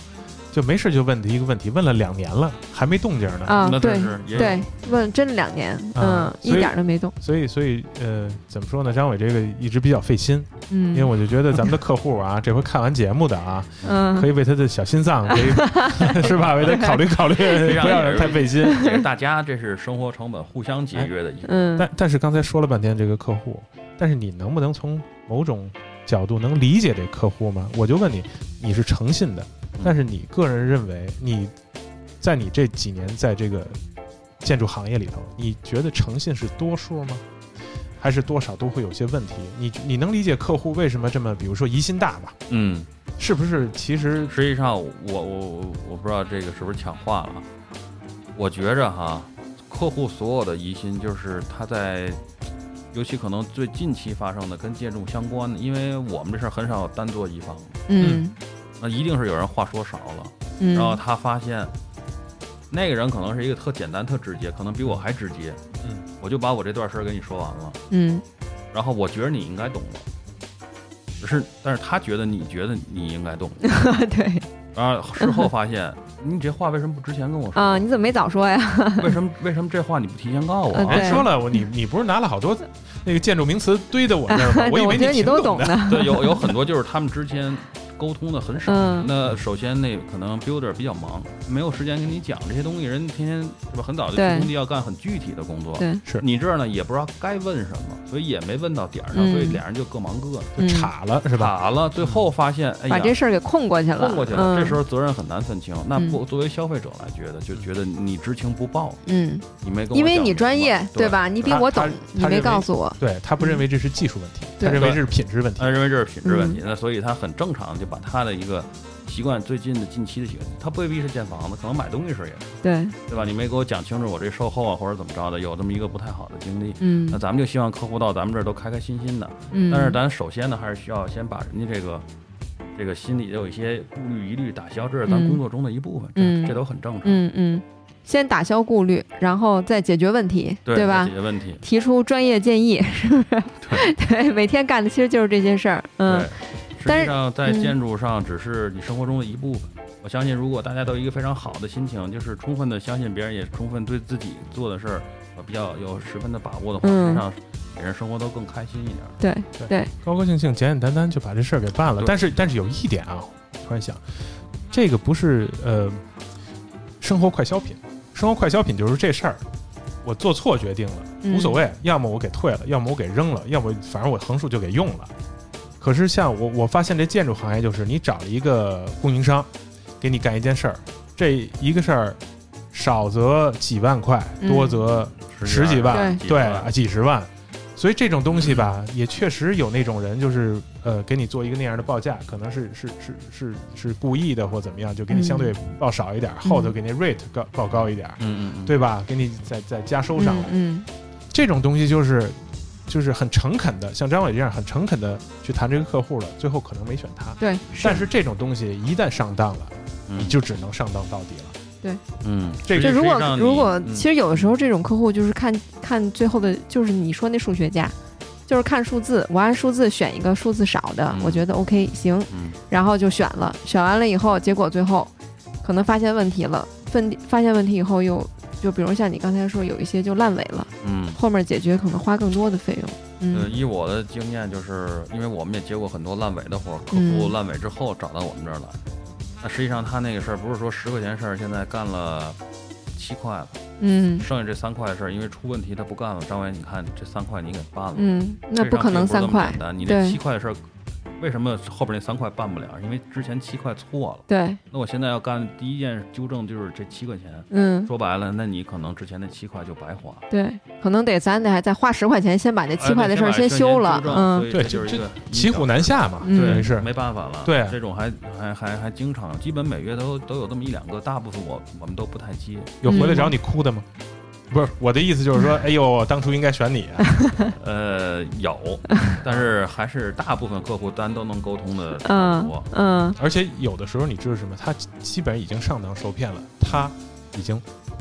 B: 就没事就问一个问题，问了2年了还没动静呢
A: 啊，
C: 那
A: 对
C: 对，
A: 问真2年，一点都没动。
B: 所以怎么说呢？张伟这个一直比较费心，因为我就觉得咱们的客户啊，这回看完节目的啊，可以为他的小心脏，可以是吧？为他考虑考虑，不要让太费心。
C: 这个大家这是生活成本互相节约的一个。
B: 但是刚才说了半天这个客户，但是你能不能从某种角度能理解这客户吗？我就问你，你是诚信的，但是你个人认为你在你这几年在这个建筑行业里头，你觉得诚信是多数吗？还是多少都会有些问题？你能理解客户为什么这么，比如说疑心大吧？是不是？其实
C: 实际上我不知道这个是不是抢话了。我觉着哈，客户所有的疑心就是他在，尤其可能最近期发生的跟建筑相关的，因为我们这事儿很少有单做一方的，那一定是有人话说少了，然后他发现那个人可能是一个特简单特直接，可能比我还直接，我就把我这段事儿跟你说完了，然后我觉得你应该懂了，但是他觉得你应该懂了，
A: 对，
C: 然后事后发现你这话为什么不之前跟我说
A: 啊？你怎么没早说呀？
C: 为什么这话你不提前告诉我？
B: 说了，你不是拿了好多那个建筑名词堆在我这儿吗？我以为
A: 你都懂的。
C: 对，有很多就是他们之间沟通的很少。那首先那可能 builder 比较忙，没有时间跟你讲这些东西，人天天是吧？很早就去工地要干很具体的工作。
A: 对，
B: 是
C: 你这儿呢也不知道该问什么，所以也没问到点儿上，所以俩人就各忙各的，
B: 就岔了是吧？
C: 岔了，最后发现哎呀，
A: 把这事儿给空过去了。
C: 这时候责任很难分清。那作为消费者来就觉得你知情不报，你没跟我讲，
A: 因为你专业对吧？你比我懂，你没告诉我。
B: 对，他不认为这是技术问题，他认为这是品质问题。
C: 他认为这是品质问题，那所以他很正常就把他的一个习惯近期的习惯，他未必是建房子，可能买东西时也是，对吧？你没给我讲清楚我这售后啊或者怎么着的，有这么一个不太好的经历，那咱们就希望客户到咱们这儿都开开心心的，但是咱首先呢还是需要先把人家这个心里有一些顾虑疑虑打消，这是咱工作中的一部分，这都很正常。
A: 先打消顾虑，然后再解决问题，对吧？
C: 解决问题，
A: 提出专业建议，是不是？对，每天干的其实就是这些事儿。
C: 实际上在建筑上只是你生活中的一部分。我相信，如果大家都有一个非常好的心情，就是充分的相信别人，也充分对自己做的事儿比较有十分的把握的话，实际上给人生活都更开心一
A: 点。对，
B: 高高兴兴、简简单单就把这事儿给办了。但是有一点啊，突然想，这个不是生活快消品。生活快消品就是这事儿，我做错决定了，无所谓，要么我给退了，要么我给扔了，要么反正我横竖就给用了。可是像我发现这建筑行业就是你找了一个供应商给你干一件事儿，这一个事儿少则几万块，多则十几万，对，几十万。所以这种东西吧，也确实有那种人，就是给你做一个那样的报价，可能是故意的或怎么样，就给你相对报少一点，后头给你 rate 报高一点，对吧？给你再加收上来，这种东西就是很诚恳的，像张伟这样很诚恳的去谈这个客户了，最后可能没选他。
A: 对，
B: 但是这种东西一旦上当了，你就只能上当到底了。
A: 对，
B: 这
A: 就如果其实有的时候这种客户就是看最后的，就是你说那数学家，就是看数字，我按数字选一个数字少的，我觉得 OK 行，然后就选了，选完了以后，结果最后可能发现问题了，发现问题以后又就比如像你刚才说有一些就烂尾了，后面解决可能花更多的费用。
C: 以我的经验，就是因为我们也接过很多烂尾的活，客户烂尾之后找到我们这儿来。那实际上他那个事儿不是说10块钱事儿，现在干了7块了，剩下这3块的事儿，因为出问题他不干了。张伟，你看这3块你给办了，
A: 那不可能3块，
C: 你这7块的事儿，为什么后边那3块办不了？因为之前7块错了。
A: 对，
C: 那我现在要干第一件纠正就是这7块钱。说白了，那你可能之前那7块就白花。
A: 对，可能咱得还再花10块钱先把这7块的事儿先修了。
C: 对，
B: 就是骑虎难下嘛。
C: 对，
B: 是
C: 没办法了。
B: 对，
C: 这种还经常，基本每月都有这么1-2个，大部分我们都不太接。
B: 有回来找你哭的吗？不是，我的意思就是说，哎呦，当初应该选你
C: 啊。有，但是还是大部分客户咱都能沟通的多。
B: 而且有的时候你知道什么？他基本上已经上当受骗了，他已经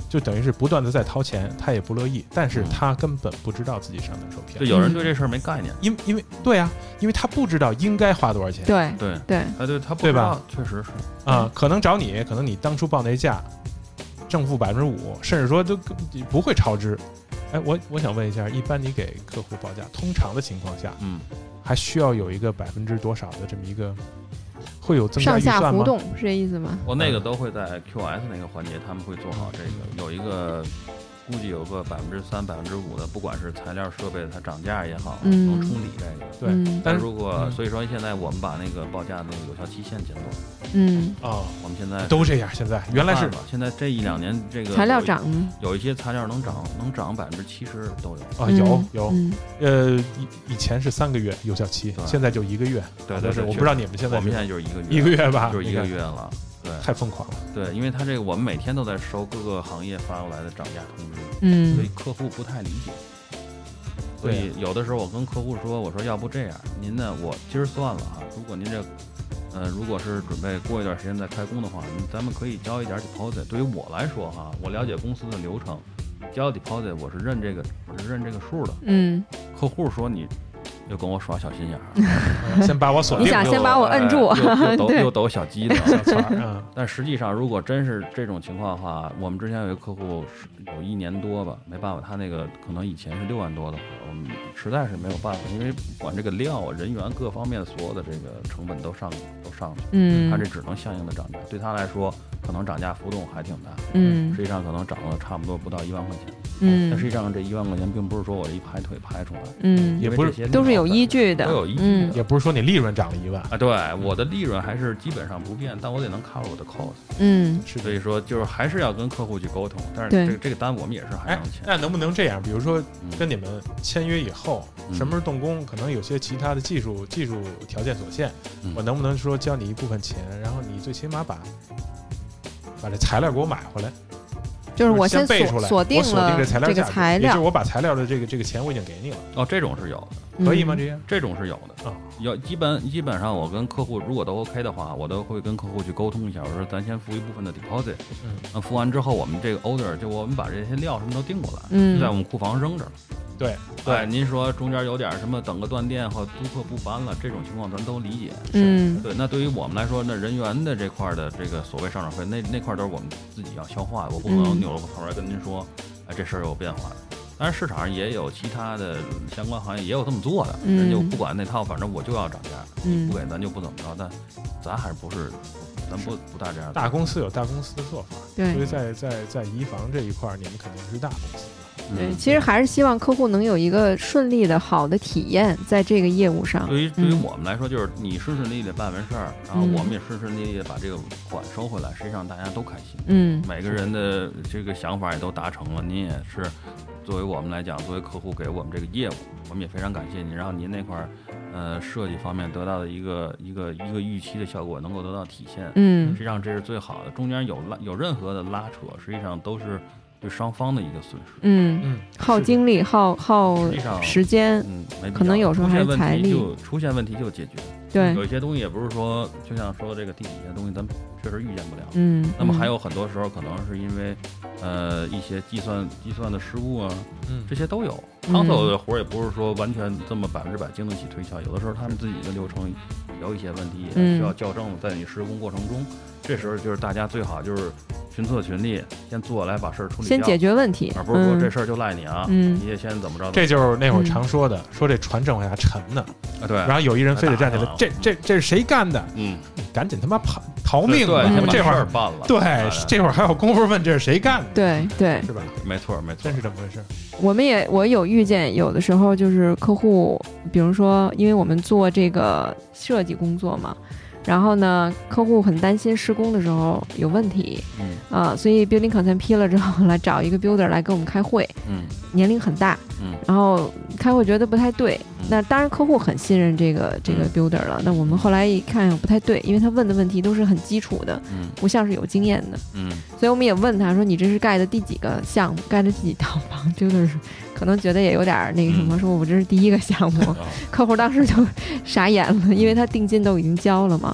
B: 就等于是不断的在掏钱，他也不乐意，但是他根本不知道自己上当受骗。
C: 就有人对这事儿没概念，
B: 因为对啊，因为他不知道应该花多少钱。
A: 对，
C: 他不知道，确实是
B: 啊，可能找你，可能你当初报那价，正负5%，甚至说都不会超支。哎，我想问一下，一般你给客户报价，通常的情况下，还需要有一个%多少的这么一个，会有增加预算吗？
A: 上下浮动是这意思吗？
C: 我那个都会在 QS 那个环节，他们会做好这个，有一个估计有个3%、5%的，不管是材料设备它涨价也好，能冲抵这个。
B: 对，
C: 但如果所以说现在我们把那个报价那个有效期限减短。我们现在
B: 都这样。现在原来是
C: 现在这1-2年这个
A: 材料涨，
C: 有一些材料能涨70%都有
B: 啊，有以前是3个月有效期，现在就1个月。
C: 对，
B: 我不知道你们现在，
C: 我们现在就是1个月
B: 吧，
C: 就是1个月了。对，
B: 太疯狂了。
C: 对，因为他这个我们每天都在收各个行业发过来的涨价通知，所以客户不太理解。所以有的时候我跟客户说，我说要不这样，您呢，我今儿算了啊，如果您这如果是准备过一段时间再开工的话，咱们可以交一点 deposit。对于我来说哈，我了解公司的流程，交 deposit 我是认这个数的。客户说你又跟我耍小心眼儿，
B: 先把我锁定，
A: 你想先把我摁住，
C: 又抖小鸡的
B: 小词儿。
C: 但实际上，如果真是这种情况的话，我们之前有一个客户有1年多吧，没办法，他那个可能以前是6万多的活，我们实在是没有办法，因为管这个料、人员各方面所有的这个成本都上去，他这只能相应的涨价。对他来说，可能涨价幅度还挺大，实际上可能涨了差不多不到1万块钱。但实际上这1万块钱并不是说我一拍腿拍出来，
B: 也不是
A: 都是有依据的，
C: 都有依据，
B: 也不是说你利润涨了1万
C: 啊，对，我的利润还是基本上不变，但我得能 cover 我的 cost，所以说就是还是要跟客户去沟通，但是这个单我们也是还能签。
B: 那能不能这样？比如说跟你们签约以后，什么时候动工，可能有些其他的技术条件所限，我能不能说交你一部分钱，然后你最起码把这材料给我买回来？
A: 就是我
B: 先背出来，
A: 锁定了
B: 这个
A: 材料，
B: 也就是我把材料的这个钱我已经给你了。
C: 哦，这种是有
B: 的，可以吗？
C: 这种是有的啊。基本上我跟客户如果都 OK 的话，我都会跟客户去沟通一下，我说咱先付一部分的 deposit，那付完之后，我们这个 order 就我们把这些料什么都订过来，就在我们库房扔着了。对，您说中间有点什么等个断电或租客不搬了，这种情况咱都理解。对，那对于我们来说，那人员的这块的这个所谓上涨费，那块都是我们自己要消化的，我不可能扭了个头来跟您说，这事儿有变化。当然市场上也有其他的相关行业也有这么做的，人就不管那套，反正我就要涨价，你不给咱就不怎么着。但咱还是不是，咱不大这样。
B: 大公司有大公司的做法，所以在移房这一块，你们肯定是大公司。
A: 对，其实还是希望客户能有一个顺利的好的体验，在这个业务上。
C: 对于我们来说，就是你顺顺利利的办完事儿，然后我们也顺顺利利的把这个款收回来，实际上大家都开心。每个人的这个想法也都达成了，您也是作为我们来讲，作为客户给我们这个业务，我们也非常感谢您。然后您那块设计方面得到的一个预期的效果能够得到体现，实际上这是最好的。中间有任何的拉扯，实际上都是对双方的一个损失。
A: 耗精力，耗时间，可能有时候还是财力。
C: 出现问题就解决。
A: 对，
C: 有一些东西也不是说，就像说这个地底下东西，咱们确实预见不了。那么还有很多时候可能是因为一些计算的失误啊，这些都有。console 的活也不是说完全这么100%经得起推敲，有的时候他们自己的流程有一些问题，也需要校正。在你施工过程中，这时候就是大家最好就是群策群力，先做来把事儿处理掉，
A: 先解决问题，
C: 而不是说这事儿就赖你啊，你也先怎么着。
B: 这就是那会儿常说的，说这船正往下沉呢，
C: 对。
B: 然后有一人非得站起来，这是谁干的？你赶紧他妈逃命吧！这会儿
C: 办了，
B: 对，这会儿还有功夫问这是谁干
A: 的？对，
B: 是吧？
C: 没错，
B: 真是这么回事。
A: 我有遇见，有的时候就是客户，比如说，因为我们做这个设计工作嘛。然后呢，客户很担心施工的时候有问题，所以 building consent 批了之后来找一个 builder 来跟我们开会，年龄很大，然后开会觉得不太对，那当然客户很信任这个 builder 了，那我们后来一看不太对，因为他问的问题都是很基础的，不像是有经验的，所以我们也问他说你这是盖的第几个项目，盖的第几套房，builder 可能觉得也有点那个什么，说我这是第1个项目，客户当时就傻眼了，因为他定金都已经交了嘛。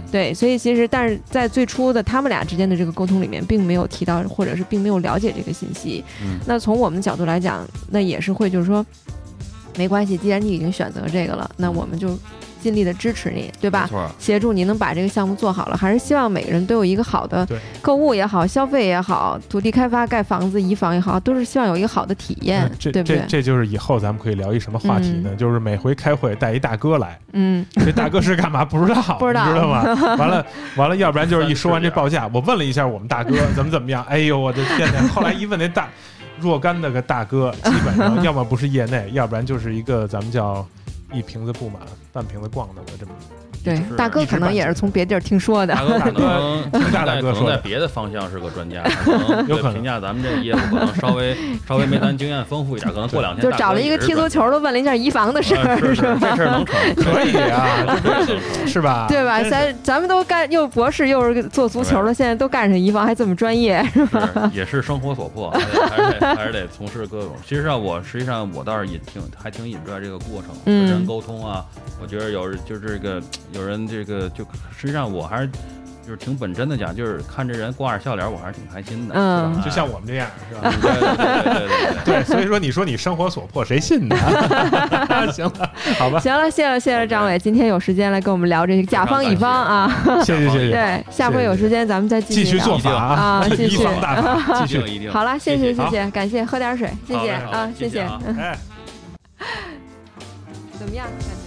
A: 对，所以其实但是在最初的他们俩之间的这个沟通里面，并没有提到，或者是并没有了解这个信息。那从我们的角度来讲，那也是会就是说，没关系，既然你已经选择这个了，那我们就尽力的支持你，对吧？协助你能把这个项目做好了，还是希望每个人都有一个好的购物也好，消费也好，土地开发、盖房子、移房也好，都是希望有一个好的体验，对不对？
B: 这就是以后咱们可以聊一什么话题呢？就是每回开会带一大哥来，这大哥是干嘛？不知道，
A: 不知道，
B: 你知道吗？完了，要不然就是一说完这报价，我问了一下我们大哥怎么样，哎呦我的天哪！后来一问那若干那个大哥，基本上要么不是业内，要不然就是一个咱们叫一瓶子不满半瓶子逛的这么。
A: 对，大哥可能也是从别地儿听说的。
C: 大哥可能
B: 大哥
C: 在别的方向是个专家，有可能评价咱们这业务可能稍微没咱经验丰富一点，可能过2天
A: 就找了一个踢足球的，问了一下移房的事儿，
C: 是吧？这事儿能成，
B: 可以啊，是吧？
A: 对吧？咱们都干又博士又是做足球的，现在都干上移房，还这么专业，是吧？
C: 也是生活所迫，还是得从事各种。实际上我倒是还挺引拽这个过程，和人沟通啊。我觉得有人这个就实际上我还是就是挺本真的讲，就是看这人挂着笑脸，我还是挺开心的，
B: 就像我们这样，是吧？
C: 对，
B: 所以说你说你生活所迫，谁信呢？行了，好吧，
A: 行了，谢谢张伟，今天有时间来跟我们聊这个甲方乙方啊，
B: 谢谢。
A: 对，下回有时间咱们再
B: 继续做法啊，
A: 继续
B: 一方大法，继续
C: 一定。
A: 好了，谢谢，感谢，喝点水，谢谢啊，谢谢。
C: 哎，
A: 怎么样？